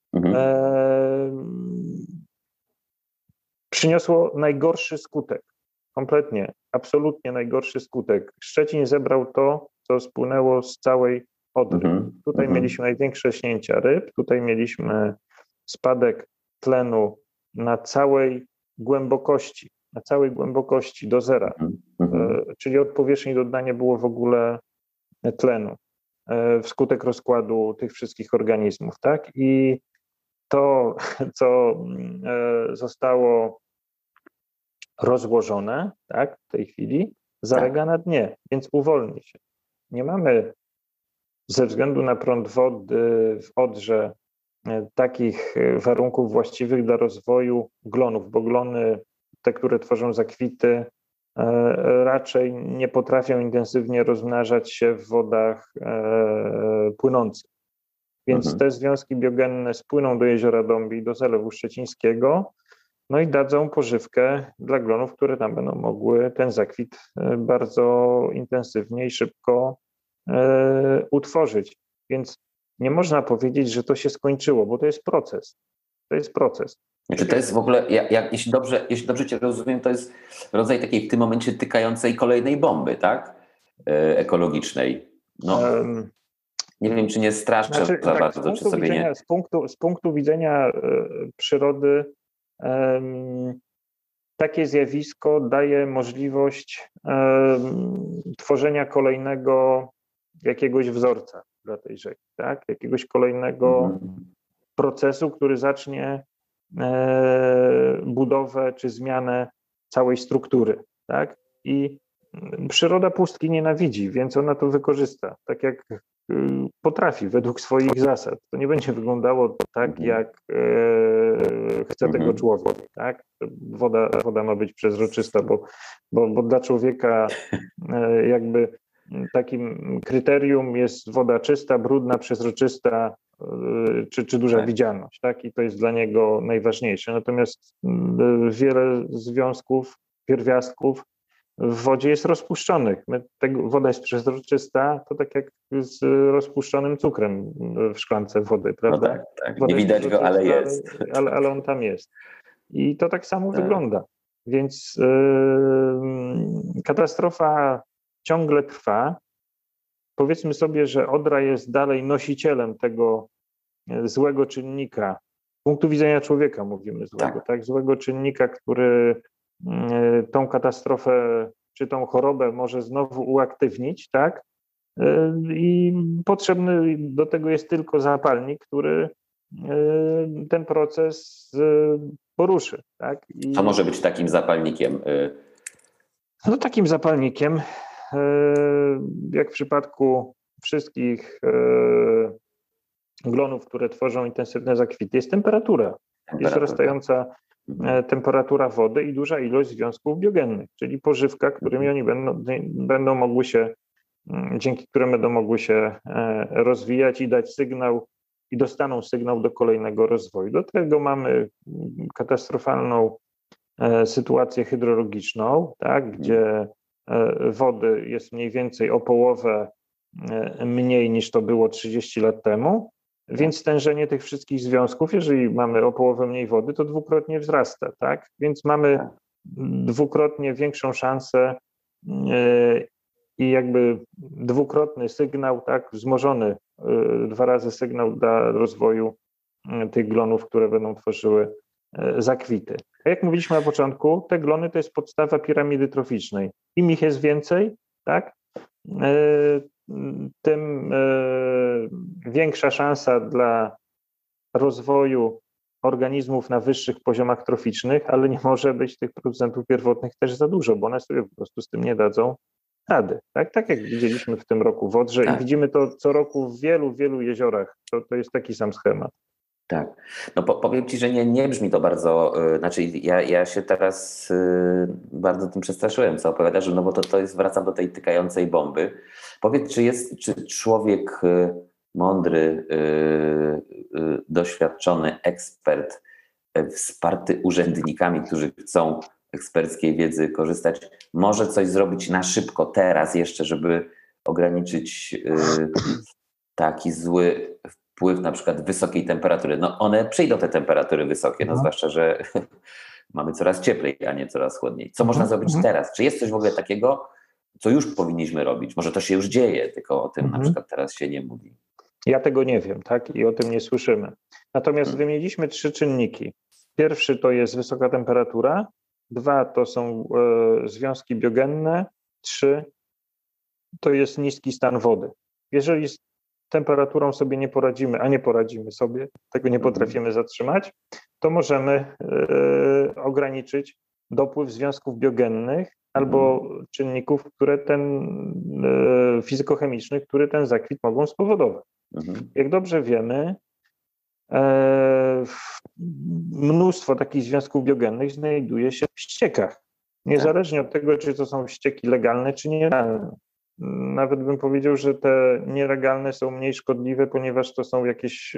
S2: przyniosło najgorszy skutek. Kompletnie, absolutnie najgorszy skutek. Szczecin zebrał to, co spłynęło z całej Odry. Tutaj mieliśmy największe śnięcia ryb, tutaj mieliśmy spadek tlenu na całej głębokości do zera, czyli od powierzchni do dna nie było w ogóle tlenu wskutek rozkładu tych wszystkich organizmów, tak? I to, co zostało rozłożone, tak, w tej chwili, zalega na dnie, więc uwolni się. Nie mamy ze względu na prąd wody w Odrze takich warunków właściwych dla rozwoju glonów, bo glony, te, które tworzą zakwity, raczej nie potrafią intensywnie rozmnażać się w wodach płynących. Więc te związki biogenne spłyną do jeziora Dąbie i do Zalewu Szczecińskiego, no i dadzą pożywkę dla glonów, które tam będą mogły ten zakwit bardzo intensywnie i szybko utworzyć. Więc nie można powiedzieć, że to się skończyło, bo to jest proces. To jest proces.
S1: Znaczy to jest w ogóle, jeśli dobrze Cię rozumiem, to jest rodzaj takiej w tym momencie tykającej kolejnej bomby, tak? Ekologicznej. No, nie wiem, czy nie straszczę za bardzo, czy sobie nie...
S2: Z punktu widzenia przyrody takie zjawisko daje możliwość tworzenia kolejnego jakiegoś wzorca dla tej rzeki, tak? Jakiegoś kolejnego procesu, który zacznie budowę czy zmianę całej struktury, tak? I przyroda pustki nienawidzi, więc ona to wykorzysta, tak jak potrafi, według swoich zasad. To nie będzie wyglądało tak, jak chce tego człowiek, tak? Woda ma być przezroczysta, bo dla człowieka jakby takim kryterium jest woda czysta, brudna, przezroczysta, czy duża widzialność, tak? I to jest dla niego najważniejsze. Natomiast wiele związków, pierwiastków w wodzie jest rozpuszczonych. Woda jest przezroczysta, to tak jak z rozpuszczonym cukrem w szklance wody, prawda?
S1: No tak. Nie widać go, ale jest.
S2: Ale on tam jest. I to tak samo wygląda. Więc katastrofa ciągle trwa. Powiedzmy sobie, że Odra jest dalej nosicielem tego złego czynnika, z punktu widzenia człowieka mówimy złego, tak? Złego czynnika, który tą katastrofę czy tą chorobę może znowu uaktywnić, tak? I potrzebny do tego jest tylko zapalnik, który ten proces poruszy, tak?
S1: Co może być takim zapalnikiem?
S2: No takim zapalnikiem, jak w przypadku wszystkich glonów, które tworzą intensywne zakwity, jest temperatura. Jest wzrastająca temperatura wody i duża ilość związków biogennych, czyli pożywka, którymi oni będą mogły się, dzięki którym będą mogły się rozwijać i dać sygnał, i dostaną sygnał do kolejnego rozwoju. Do tego mamy katastrofalną sytuację hydrologiczną, tak, gdzie wody jest mniej więcej o połowę mniej niż to było 30 lat temu, więc stężenie tych wszystkich związków, jeżeli mamy o połowę mniej wody, to dwukrotnie wzrasta, tak? Więc mamy dwukrotnie większą szansę i jakby dwukrotny sygnał, tak, wzmożony 2 razy sygnał dla rozwoju tych glonów, które będą tworzyły zakwity. A jak mówiliśmy na początku, te glony to jest podstawa piramidy troficznej. Im ich jest więcej, tak, tym większa szansa dla rozwoju organizmów na wyższych poziomach troficznych, ale nie może być tych producentów pierwotnych też za dużo, bo one sobie po prostu z tym nie dadzą rady. Tak jak widzieliśmy w tym roku w Odrze i widzimy to co roku w wielu jeziorach. To jest taki sam schemat.
S1: Tak. No powiem Ci, że nie brzmi to bardzo, znaczy ja się teraz bardzo tym przestraszyłem, co opowiadasz, no bo to jest, wracam do tej tykającej bomby. Powiedz, czy człowiek mądry, doświadczony ekspert, wsparty urzędnikami, którzy chcą eksperckiej wiedzy korzystać. Może coś zrobić na szybko teraz jeszcze, żeby ograniczyć taki zły wpływ na przykład wysokiej temperatury. No one przyjdą, te temperatury wysokie, no zwłaszcza, że mamy coraz cieplej, a nie coraz chłodniej. Co można zrobić teraz? Czy jest coś w ogóle takiego, co już powinniśmy robić? Może to się już dzieje, tylko o tym na przykład teraz się nie mówi.
S2: Ja tego nie wiem, tak? I o tym nie słyszymy. Natomiast wymieniliśmy 3 czynniki. Pierwszy to jest wysoka temperatura, 2 to są związki biogenne, 3 to jest niski stan wody. Jeżeli z temperaturą sobie nie poradzimy, a nie poradzimy sobie, tego nie potrafimy zatrzymać, to możemy ograniczyć dopływ związków biogennych albo czynników, które fizykochemicznych, które ten zakwit mogą spowodować. Jak dobrze wiemy, mnóstwo takich związków biogennych znajduje się w ściekach. Niezależnie od tego, czy to są ścieki legalne, czy nielegalne. Nawet bym powiedział, że te nielegalne są mniej szkodliwe, ponieważ to są jakieś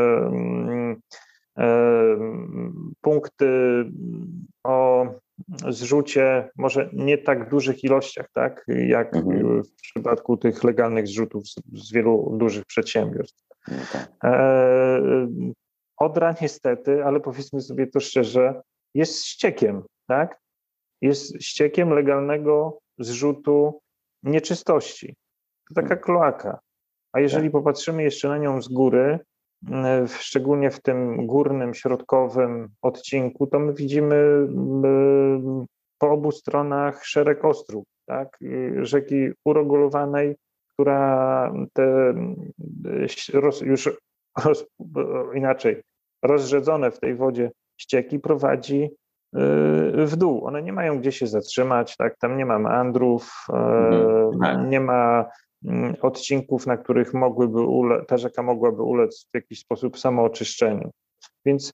S2: punkty o zrzucie może nie tak dużych ilościach, tak, jak w przypadku tych legalnych zrzutów z wielu dużych przedsiębiorstw. Odra niestety, ale powiedzmy sobie to szczerze, jest ściekiem, tak? Jest ściekiem legalnego zrzutu nieczystości. To taka kloaka. A jeżeli popatrzymy jeszcze na nią z góry, szczególnie w tym górnym, środkowym odcinku, to my widzimy po obu stronach szereg ostróg, tak? Rzeki uregulowanej, która te inaczej rozrzedzone w tej wodzie ścieki prowadzi w dół. One nie mają gdzie się zatrzymać, tak? Tam nie ma meandrów, nie ma odcinków, na których ta rzeka mogłaby ulec w jakiś sposób samooczyszczeniu. Więc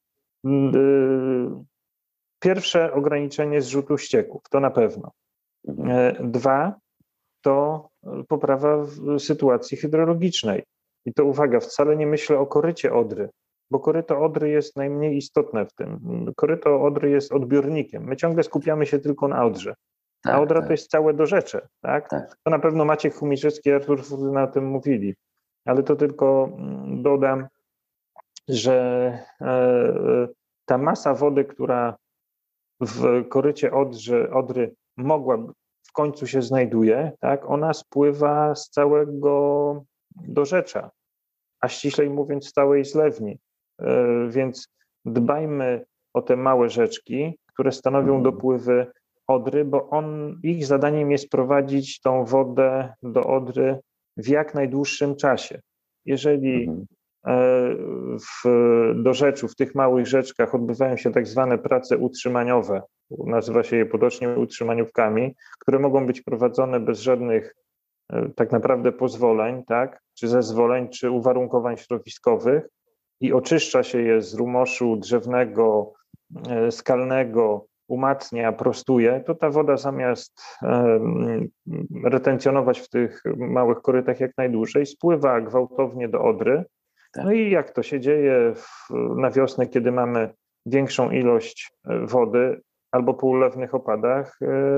S2: pierwsze ograniczenie zrzutu ścieków, to na pewno. 2 to poprawa sytuacji hydrologicznej. I to uwaga, wcale nie myślę o korycie Odry, bo koryto Odry jest najmniej istotne w tym. Koryto Odry jest odbiornikiem. My ciągle skupiamy się tylko na Odrze. A Odra to jest całe dorzecze, tak? To na pewno Maciek Chmiczewski i Artur Furtyna o tym mówili, ale to tylko dodam, że ta masa wody, która w korycie Odry mogłaby w końcu się znajduje, tak? Ona spływa z całego dorzecza, a ściślej mówiąc z całej zlewni. Więc dbajmy o te małe rzeczki, które stanowią dopływy Odry, bo ich zadaniem jest prowadzić tą wodę do Odry w jak najdłuższym czasie. Jeżeli w dorzeczu, w tych małych rzeczkach odbywają się tak zwane prace utrzymaniowe, nazywa się je potocznie utrzymaniówkami, które mogą być prowadzone bez żadnych tak naprawdę pozwoleń, tak, czy zezwoleń, czy uwarunkowań środowiskowych i oczyszcza się je z rumoszu drzewnego, skalnego, umacnia, prostuje, to ta woda zamiast retencjonować w tych małych korytach jak najdłużej, spływa gwałtownie do Odry. No i jak to się dzieje na wiosnę, kiedy mamy większą ilość wody albo po ulewnych opadach,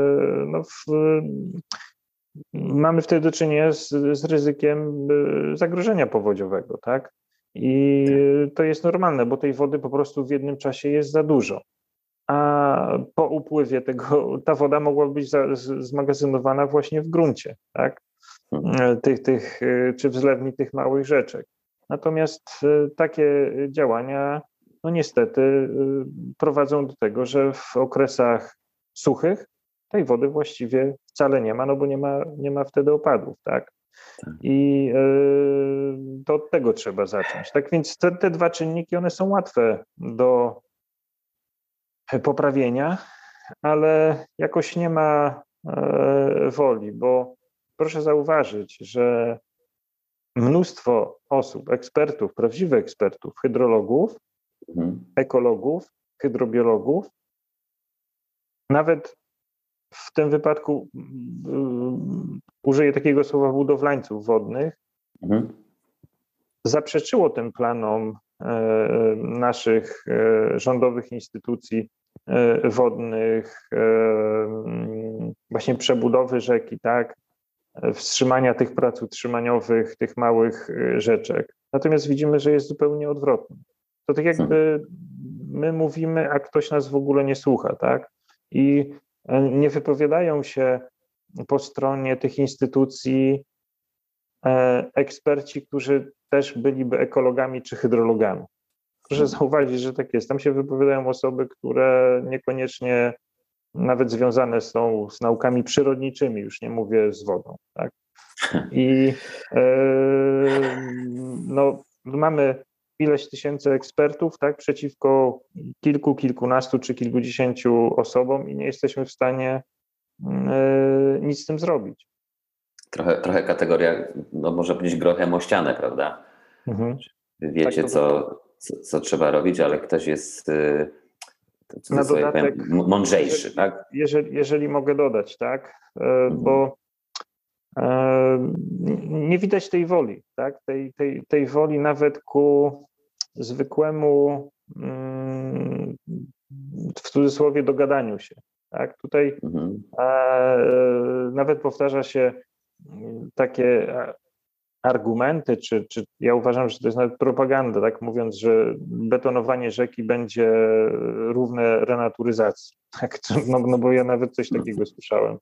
S2: mamy wtedy do czynienia z ryzykiem zagrożenia powodziowego, tak? I to jest normalne, bo tej wody po prostu w jednym czasie jest za dużo. A po upływie tego ta woda mogłaby być zmagazynowana właśnie w gruncie, tak? Czy w zlewni tych małych rzeczek. Natomiast takie działania, no niestety, prowadzą do tego, że w okresach suchych tej wody właściwie wcale nie ma, no bo nie ma wtedy opadów, tak? I to od tego trzeba zacząć. Tak więc te 2 czynniki, one są łatwe do poprawienia, ale jakoś nie ma woli, bo proszę zauważyć, że mnóstwo osób, ekspertów, prawdziwych ekspertów, hydrologów, ekologów, hydrobiologów, nawet w tym wypadku użyję takiego słowa budowlańców wodnych, zaprzeczyło tym planom naszych rządowych instytucji wodnych, właśnie przebudowy rzeki, tak, wstrzymania tych prac utrzymaniowych, tych małych rzeczek. Natomiast widzimy, że jest zupełnie odwrotnie. To tak jakby my mówimy, a ktoś nas w ogóle nie słucha, tak? I nie wypowiadają się po stronie tych instytucji eksperci, którzy też byliby ekologami czy hydrologami. Proszę zauważyć, że tak jest. Tam się wypowiadają osoby, które niekoniecznie nawet związane są z naukami przyrodniczymi, już nie mówię z wodą. Tak? I no, mamy ileś tysięcy ekspertów, tak, przeciwko kilkunastu czy kilkudziesięciu osobom i nie jesteśmy w stanie nic z tym zrobić.
S1: Trochę kategoria, no może powiedzieć grochem o ścianę, prawda?
S2: Mhm.
S1: Wy wiecie,
S2: tak
S1: co trzeba robić, ale ktoś jest
S2: na dodatek
S1: mądrzejszy, tak?
S2: Jeżeli mogę dodać, tak? Bo nie widać tej woli, tak? Tej woli nawet ku zwykłemu, w cudzysłowie, dogadaniu się. Tak? Tutaj nawet powtarza się takie argumenty, czy ja uważam, że to jest nawet propaganda, tak, mówiąc, że betonowanie rzeki będzie równe renaturyzacji. Tak? No bo ja nawet coś takiego słyszałem,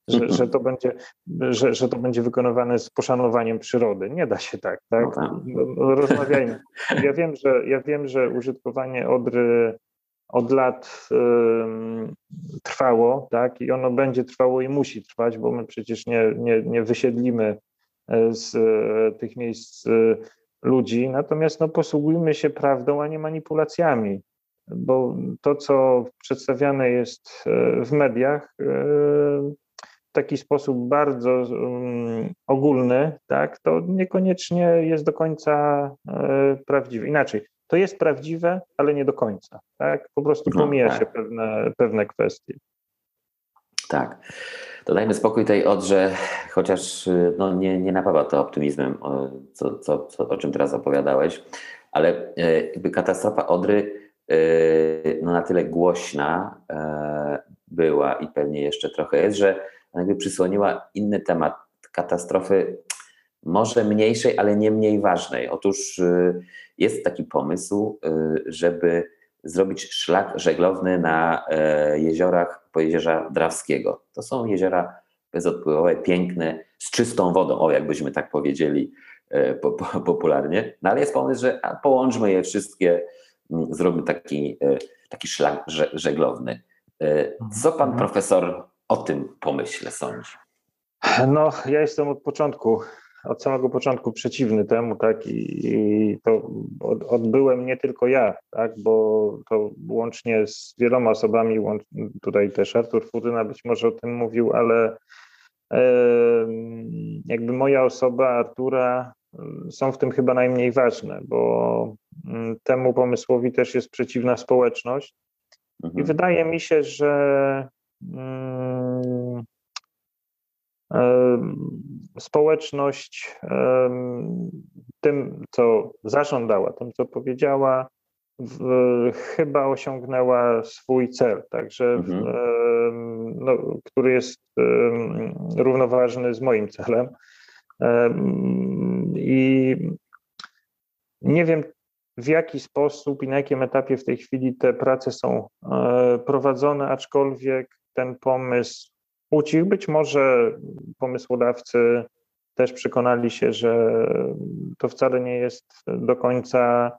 S2: że to będzie wykonywane z poszanowaniem przyrody. Nie da się tak, tak? No, rozmawiajmy. Ja wiem, że użytkowanie Odry od lat trwało, tak? I ono będzie trwało i musi trwać, bo my przecież nie wysiedlimy z tych miejsc ludzi, natomiast no, posługujmy się prawdą, a nie manipulacjami, bo to, co przedstawiane jest w mediach w taki sposób bardzo ogólny, tak, to niekoniecznie jest do końca prawdziwe. Inaczej, to jest prawdziwe, ale nie do końca, tak? Po prostu pomija się pewne kwestie.
S1: Tak. Dodajmy spokój tej Odrze, chociaż no, nie napawa to optymizmem, o czym teraz opowiadałeś, ale jakby katastrofa Odry no, na tyle głośna była i pewnie jeszcze trochę jest, że jakby przysłoniła inny temat katastrofy, może mniejszej, ale nie mniej ważnej. Otóż jest taki pomysł, żeby zrobić szlak żeglowny na jeziorach Pojezierza Drawskiego. To są jeziora bezodpływowe, piękne, z czystą wodą, jakbyśmy tak powiedzieli popularnie. No ale jest pomysł, że połączmy je wszystkie, zróbmy taki szlak żeglowny. Co pan profesor o tym pomyśle sądzi?
S2: No, ja jestem od samego początku przeciwny temu, tak, i to odbyłem nie tylko ja, tak, bo to łącznie z wieloma osobami, tutaj też Artur Furyna być może o tym mówił, ale jakby moja osoba, Artura, są w tym chyba najmniej ważne, bo temu pomysłowi też jest przeciwna społeczność i wydaje mi się, że społeczność tym, co zażądała, tym, co powiedziała, chyba osiągnęła swój cel, także no, który jest równoważny z moim celem. I nie wiem, w jaki sposób i na jakim etapie w tej chwili te prace są prowadzone, aczkolwiek ten pomysł ucichł. Być może pomysłodawcy też przekonali się, że to wcale nie jest do końca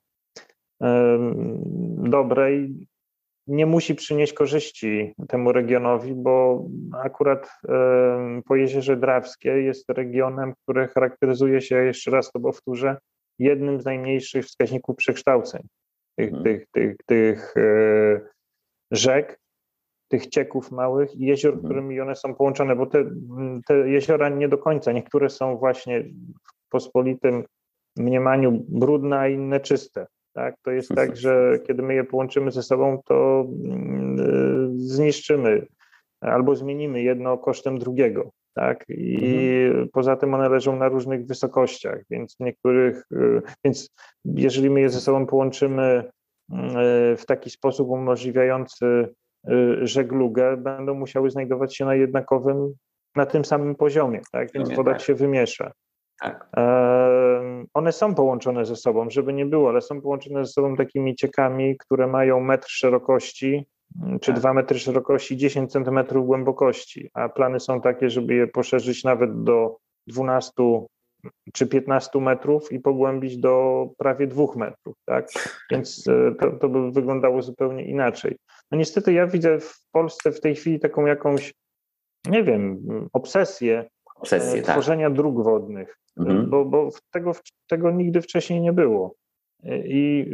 S2: dobre i nie musi przynieść korzyści temu regionowi, bo akurat Pojezierze Drawskie jest regionem, który charakteryzuje się, jeszcze raz to powtórzę, jednym z najmniejszych wskaźników przekształceń tych rzek, tych cieków małych i jezior, którymi one są połączone, bo te jeziora nie do końca, niektóre są właśnie w pospolitym mniemaniu brudne, a inne czyste. Tak? To jest tak, że kiedy my je połączymy ze sobą, to zniszczymy albo zmienimy jedno kosztem drugiego. Tak? I poza tym one leżą na różnych wysokościach, więc jeżeli my je ze sobą połączymy w taki sposób umożliwiający żeglugę, będą musiały znajdować się na tym samym poziomie, tak? Więc woda się wymiesza.
S1: Tak.
S2: One są połączone ze sobą, żeby nie było, ale są połączone ze sobą takimi ciekami, które mają metr szerokości, czy 2 metry szerokości, 10 centymetrów głębokości, a plany są takie, żeby je poszerzyć nawet do 12 czy 15 metrów i pogłębić do prawie 2 metrów, tak? Więc to by wyglądało zupełnie inaczej. No niestety ja widzę w Polsce w tej chwili taką jakąś, nie wiem, obsesję tworzenia dróg wodnych, bo tego nigdy wcześniej nie było. I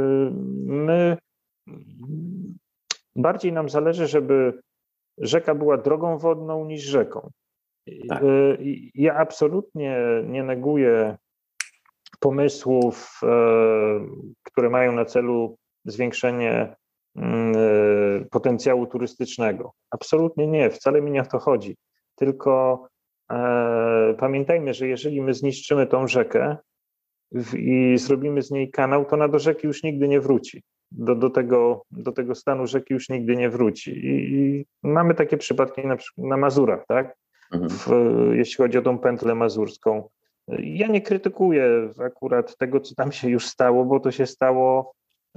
S2: bardziej nam zależy, żeby rzeka była drogą wodną niż rzeką. Tak. Ja absolutnie nie neguję pomysłów, które mają na celu zwiększenie potencjału turystycznego. Absolutnie nie, wcale mi nie o to chodzi. Tylko pamiętajmy, że jeżeli my zniszczymy tą rzekę i zrobimy z niej kanał, to ona do rzeki już nigdy nie wróci. Do tego stanu rzeki już nigdy nie wróci. I mamy takie przypadki na Mazurach, tak? Jeśli chodzi o tą pętlę mazurską. Ja nie krytykuję akurat tego, co tam się już stało, bo to się stało,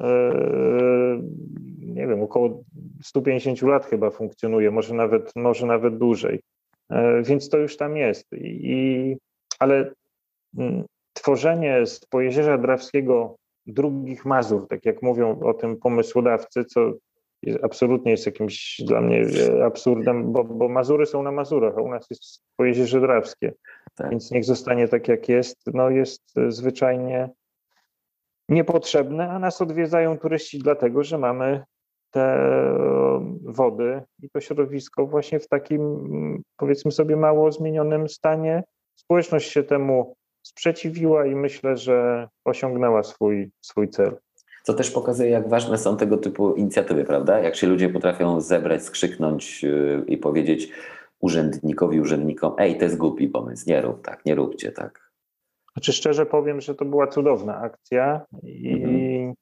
S2: nie wiem, około 150 lat chyba funkcjonuje, może nawet dłużej. Więc to już tam jest. Ale tworzenie z Pojezierza Drawskiego drugich Mazur, tak jak mówią o tym pomysłodawcy, co absolutnie jest jakimś dla mnie absurdem, bo Mazury są na Mazurach, a u nas jest Pojezierze Drawskie. Tak. Więc niech zostanie tak, jak jest. No jest zwyczajnie niepotrzebne, a nas odwiedzają turyści dlatego, że mamy te wody i to środowisko właśnie w takim, powiedzmy sobie, mało zmienionym stanie. Społeczność się temu sprzeciwiła i myślę, że osiągnęła swój cel.
S1: Co też pokazuje, jak ważne są tego typu inicjatywy, prawda? Jak się ludzie potrafią zebrać, skrzyknąć i powiedzieć urzędnikom, ej, to jest głupi pomysł, nie rób tak, nie róbcie tak.
S2: Znaczy szczerze powiem, że to była cudowna akcja i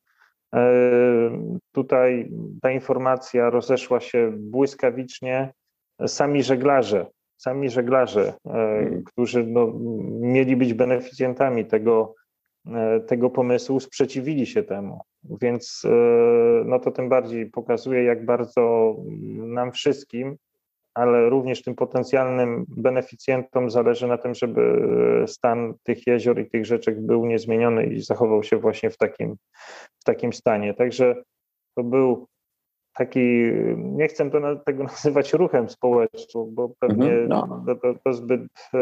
S2: tutaj ta informacja rozeszła się błyskawicznie. Sami żeglarze, którzy mieli być beneficjentami tego pomysłu, sprzeciwili się temu. Więc to tym bardziej pokazuje, jak bardzo nam wszystkim, ale również tym potencjalnym beneficjentom zależy na tym, żeby stan tych jezior i tych rzeczek był niezmieniony i zachował się właśnie w takim stanie. Także to był taki, nie chcę tego nazywać ruchem społecznym, bo pewnie to zbyt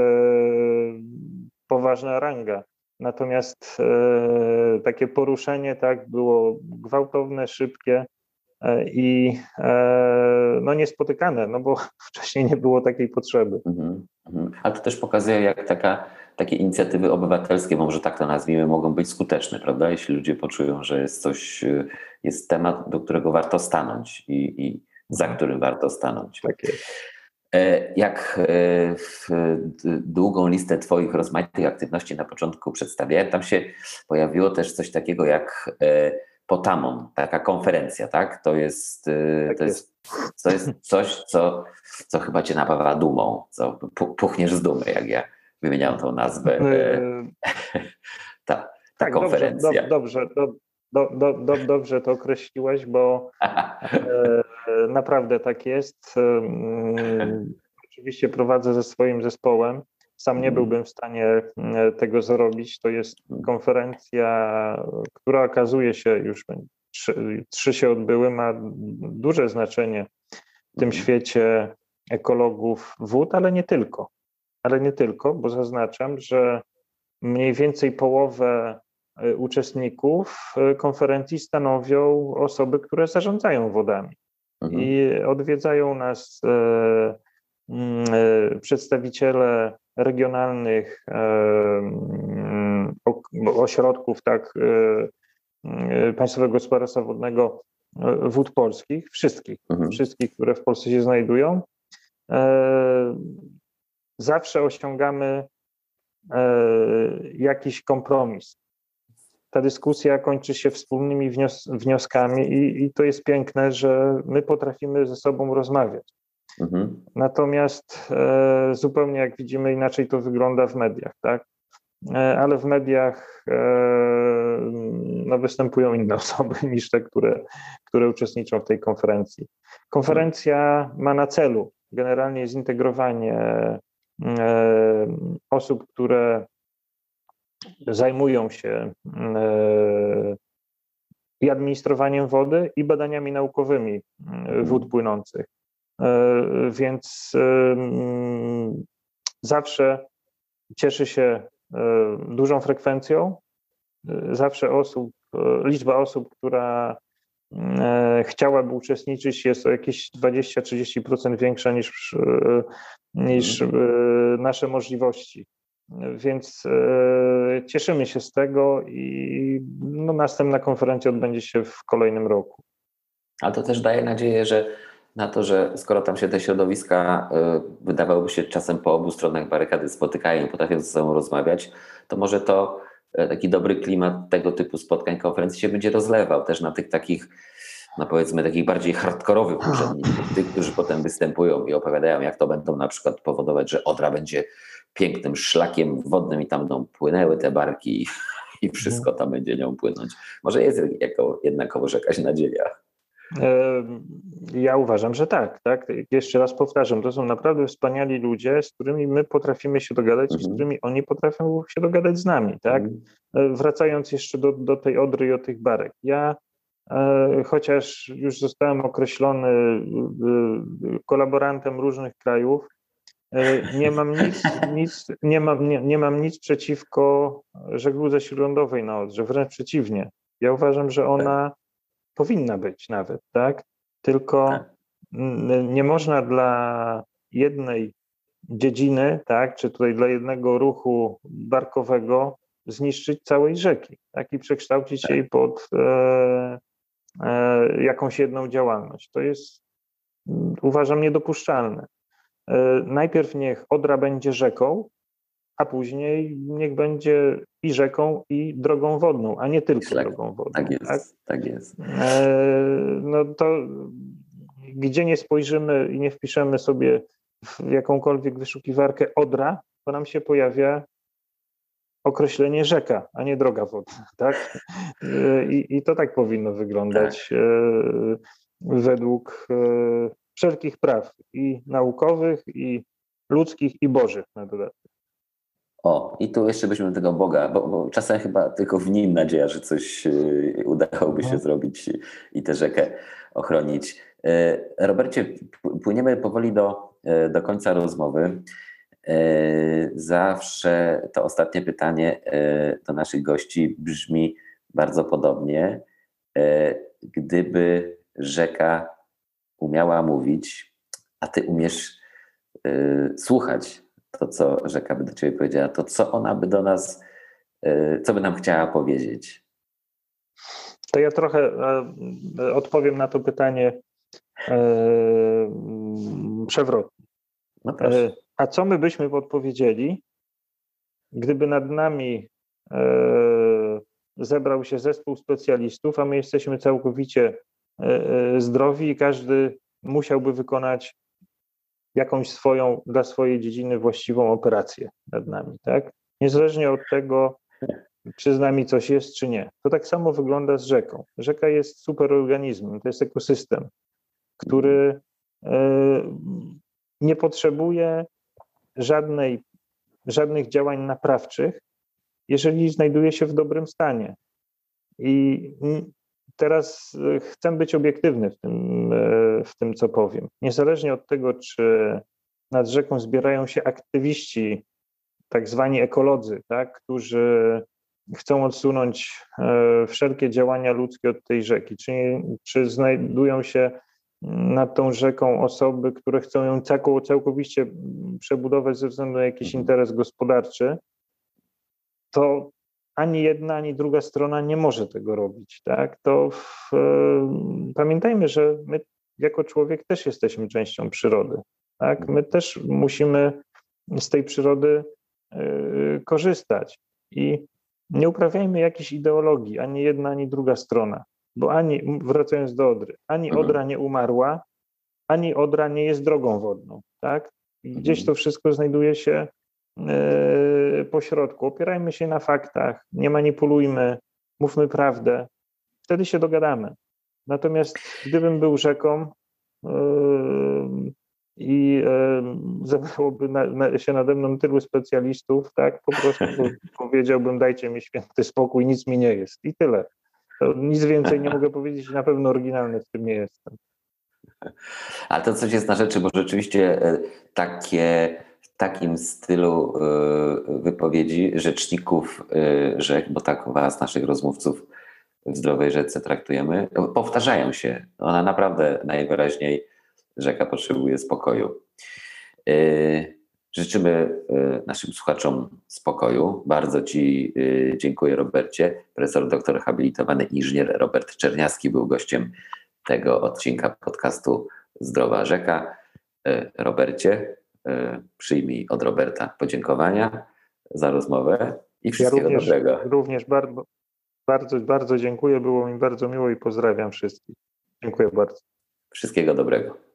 S2: poważna ranga. Natomiast takie poruszenie tak było gwałtowne, szybkie i niespotykane, bo wcześniej nie było takiej potrzeby.
S1: Ale to też pokazuje, jak takie inicjatywy obywatelskie, może tak to nazwijmy, mogą być skuteczne, prawda? Jeśli ludzie poczują, że jest temat, do którego warto stanąć i za którym warto stanąć.
S2: Tak jest.
S1: Jak długą listę Twoich rozmaitych aktywności na początku przedstawiałem, tam się pojawiło też coś takiego jak Potamon, taka konferencja, tak? To jest coś, co chyba Cię napawa dumą, co puchniesz z dumy, jak ja wymieniam tą nazwę. Ta konferencja.
S2: Dobrze to określiłeś, bo naprawdę tak jest. Oczywiście prowadzę ze swoim zespołem. Sam nie byłbym w stanie tego zrobić. To jest konferencja, która okazuje się, już trzy się odbyły, ma duże znaczenie w tym świecie ekologów wód, ale nie tylko, bo zaznaczam, że mniej więcej połowę uczestników konferencji stanowią osoby, które zarządzają wodami. I odwiedzają nas przedstawiciele regionalnych ośrodków, tak, Państwowego Gospodarstwa Wodnego Wód Polskich, wszystkich, które w Polsce się znajdują. Zawsze osiągamy jakiś kompromis. ta dyskusja kończy się wspólnymi wnioskami i to jest piękne, że my potrafimy ze sobą rozmawiać. Natomiast zupełnie jak widzimy inaczej to wygląda w mediach, tak? Ale w mediach występują inne osoby niż te, które uczestniczą w tej konferencji. Konferencja ma na celu generalnie zintegrowanie osób, które zajmują się i administrowaniem wody, i badaniami naukowymi wód płynących. Więc zawsze cieszy się dużą frekwencją, zawsze liczba osób, która chciałaby uczestniczyć, jest o jakieś 20-30% większa niż nasze możliwości. Więc cieszymy się z tego i następna konferencja odbędzie się w kolejnym roku.
S1: Ale to też daje nadzieję, że skoro tam się te środowiska wydawałoby się czasem po obu stronach barykady spotykają i potrafią ze sobą rozmawiać, to może to taki dobry klimat tego typu spotkań, konferencji się będzie rozlewał też na tych takich, powiedzmy takich bardziej hardkorowych urzędników, tych, którzy potem występują i opowiadają, jak to będą na przykład powodować, że Odra będzie pięknym szlakiem wodnym i tam będą płynęły te barki i wszystko tam będzie nią płynąć. Może jest jednakowoż jakaś nadzieja.
S2: Ja uważam, że tak. Jeszcze raz powtarzam, to są naprawdę wspaniali ludzie, z którymi my potrafimy się dogadać i z którymi oni potrafią się dogadać z nami. Tak? Wracając jeszcze do tej Odry i o tych barek. Ja, chociaż już zostałem określony kolaborantem różnych krajów, nie mam nic przeciwko żegludze śródlądowej na Odrze, wręcz przeciwnie. Ja uważam, że ona powinna być nawet, tak? Tylko nie można dla jednej dziedziny, tak, czy tutaj dla jednego ruchu barkowego zniszczyć całej rzeki, tak, i przekształcić jej pod jakąś jedną działalność. To jest, uważam, niedopuszczalne. Najpierw niech Odra będzie rzeką, a później niech będzie i rzeką, i drogą wodną, a nie tylko drogą wodną.
S1: Tak jest, tak jest.
S2: To gdzie nie spojrzymy i nie wpiszemy sobie w jakąkolwiek wyszukiwarkę Odra, to nam się pojawia określenie rzeka, a nie droga wodna. Tak? I to tak powinno wyglądać według wszelkich praw i naukowych, i ludzkich, i bożych na dodatek.
S1: I tu jeszcze byśmy tego Boga, bo czasem chyba tylko w nim nadzieja, że coś udałoby się zrobić i tę rzekę ochronić. Robercie, płyniemy powoli do końca rozmowy. Zawsze to ostatnie pytanie do naszych gości brzmi bardzo podobnie. Gdyby rzeka umiała mówić, a ty umiesz słuchać to, co rzeka by do ciebie powiedziała, to co ona by do nas, co by nam chciała powiedzieć?
S2: To ja trochę odpowiem na to pytanie przewrotnie. A co my byśmy odpowiedzieli, gdyby nad nami zebrał się zespół specjalistów, a my jesteśmy całkowicie zdrowi i każdy musiałby wykonać jakąś dla swojej dziedziny właściwą operację nad nami, tak? Niezależnie od tego, czy z nami coś jest, czy nie. To tak samo wygląda z rzeką. Rzeka jest superorganizmem, to jest ekosystem, który nie potrzebuje żadnych działań naprawczych, jeżeli znajduje się w dobrym stanie. I teraz chcę być obiektywny w tym, co powiem. Niezależnie od tego, czy nad rzeką zbierają się aktywiści, tak zwani ekolodzy, tak, którzy chcą odsunąć wszelkie działania ludzkie od tej rzeki, czy znajdują się nad tą rzeką osoby, które chcą ją całkowicie przebudować ze względu na jakiś interes gospodarczy, to ani jedna, ani druga strona nie może tego robić. Tak? Pamiętajmy, że my jako człowiek też jesteśmy częścią przyrody. Tak? My też musimy z tej przyrody korzystać. I Nie uprawiajmy jakiejś ideologii, ani jedna, ani druga strona, bo wracając do Odry, ani Odra nie umarła, ani Odra nie jest drogą wodną, tak? I gdzieś to wszystko znajduje się po środku. Opierajmy się na faktach, nie manipulujmy, mówmy prawdę, wtedy się dogadamy. Natomiast gdybym był rzeką i zebrałoby się nade mną tylu specjalistów, tak, po prostu powiedziałbym, dajcie mi święty spokój, nic mi nie jest i tyle. To nic więcej nie mogę powiedzieć, na pewno oryginalny w tym nie jestem.
S1: Ale to coś jest na rzeczy, bo rzeczywiście w takim stylu wypowiedzi rzeczników rzek, bo tak was, naszych rozmówców w Zdrowej Rzece traktujemy, powtarzają się. Ona naprawdę najwyraźniej, rzeka potrzebuje spokoju. Życzymy naszym słuchaczom spokoju. Bardzo Ci dziękuję, Robercie. Profesor doktor habilitowany inżynier Robert Czerniawski był gościem tego odcinka podcastu Zdrowa Rzeka. Robercie, przyjmij od Roberta podziękowania za rozmowę i wszystkiego dobrego.
S2: Również bardzo dziękuję. Było mi bardzo miło i pozdrawiam wszystkich. Dziękuję bardzo.
S1: Wszystkiego dobrego.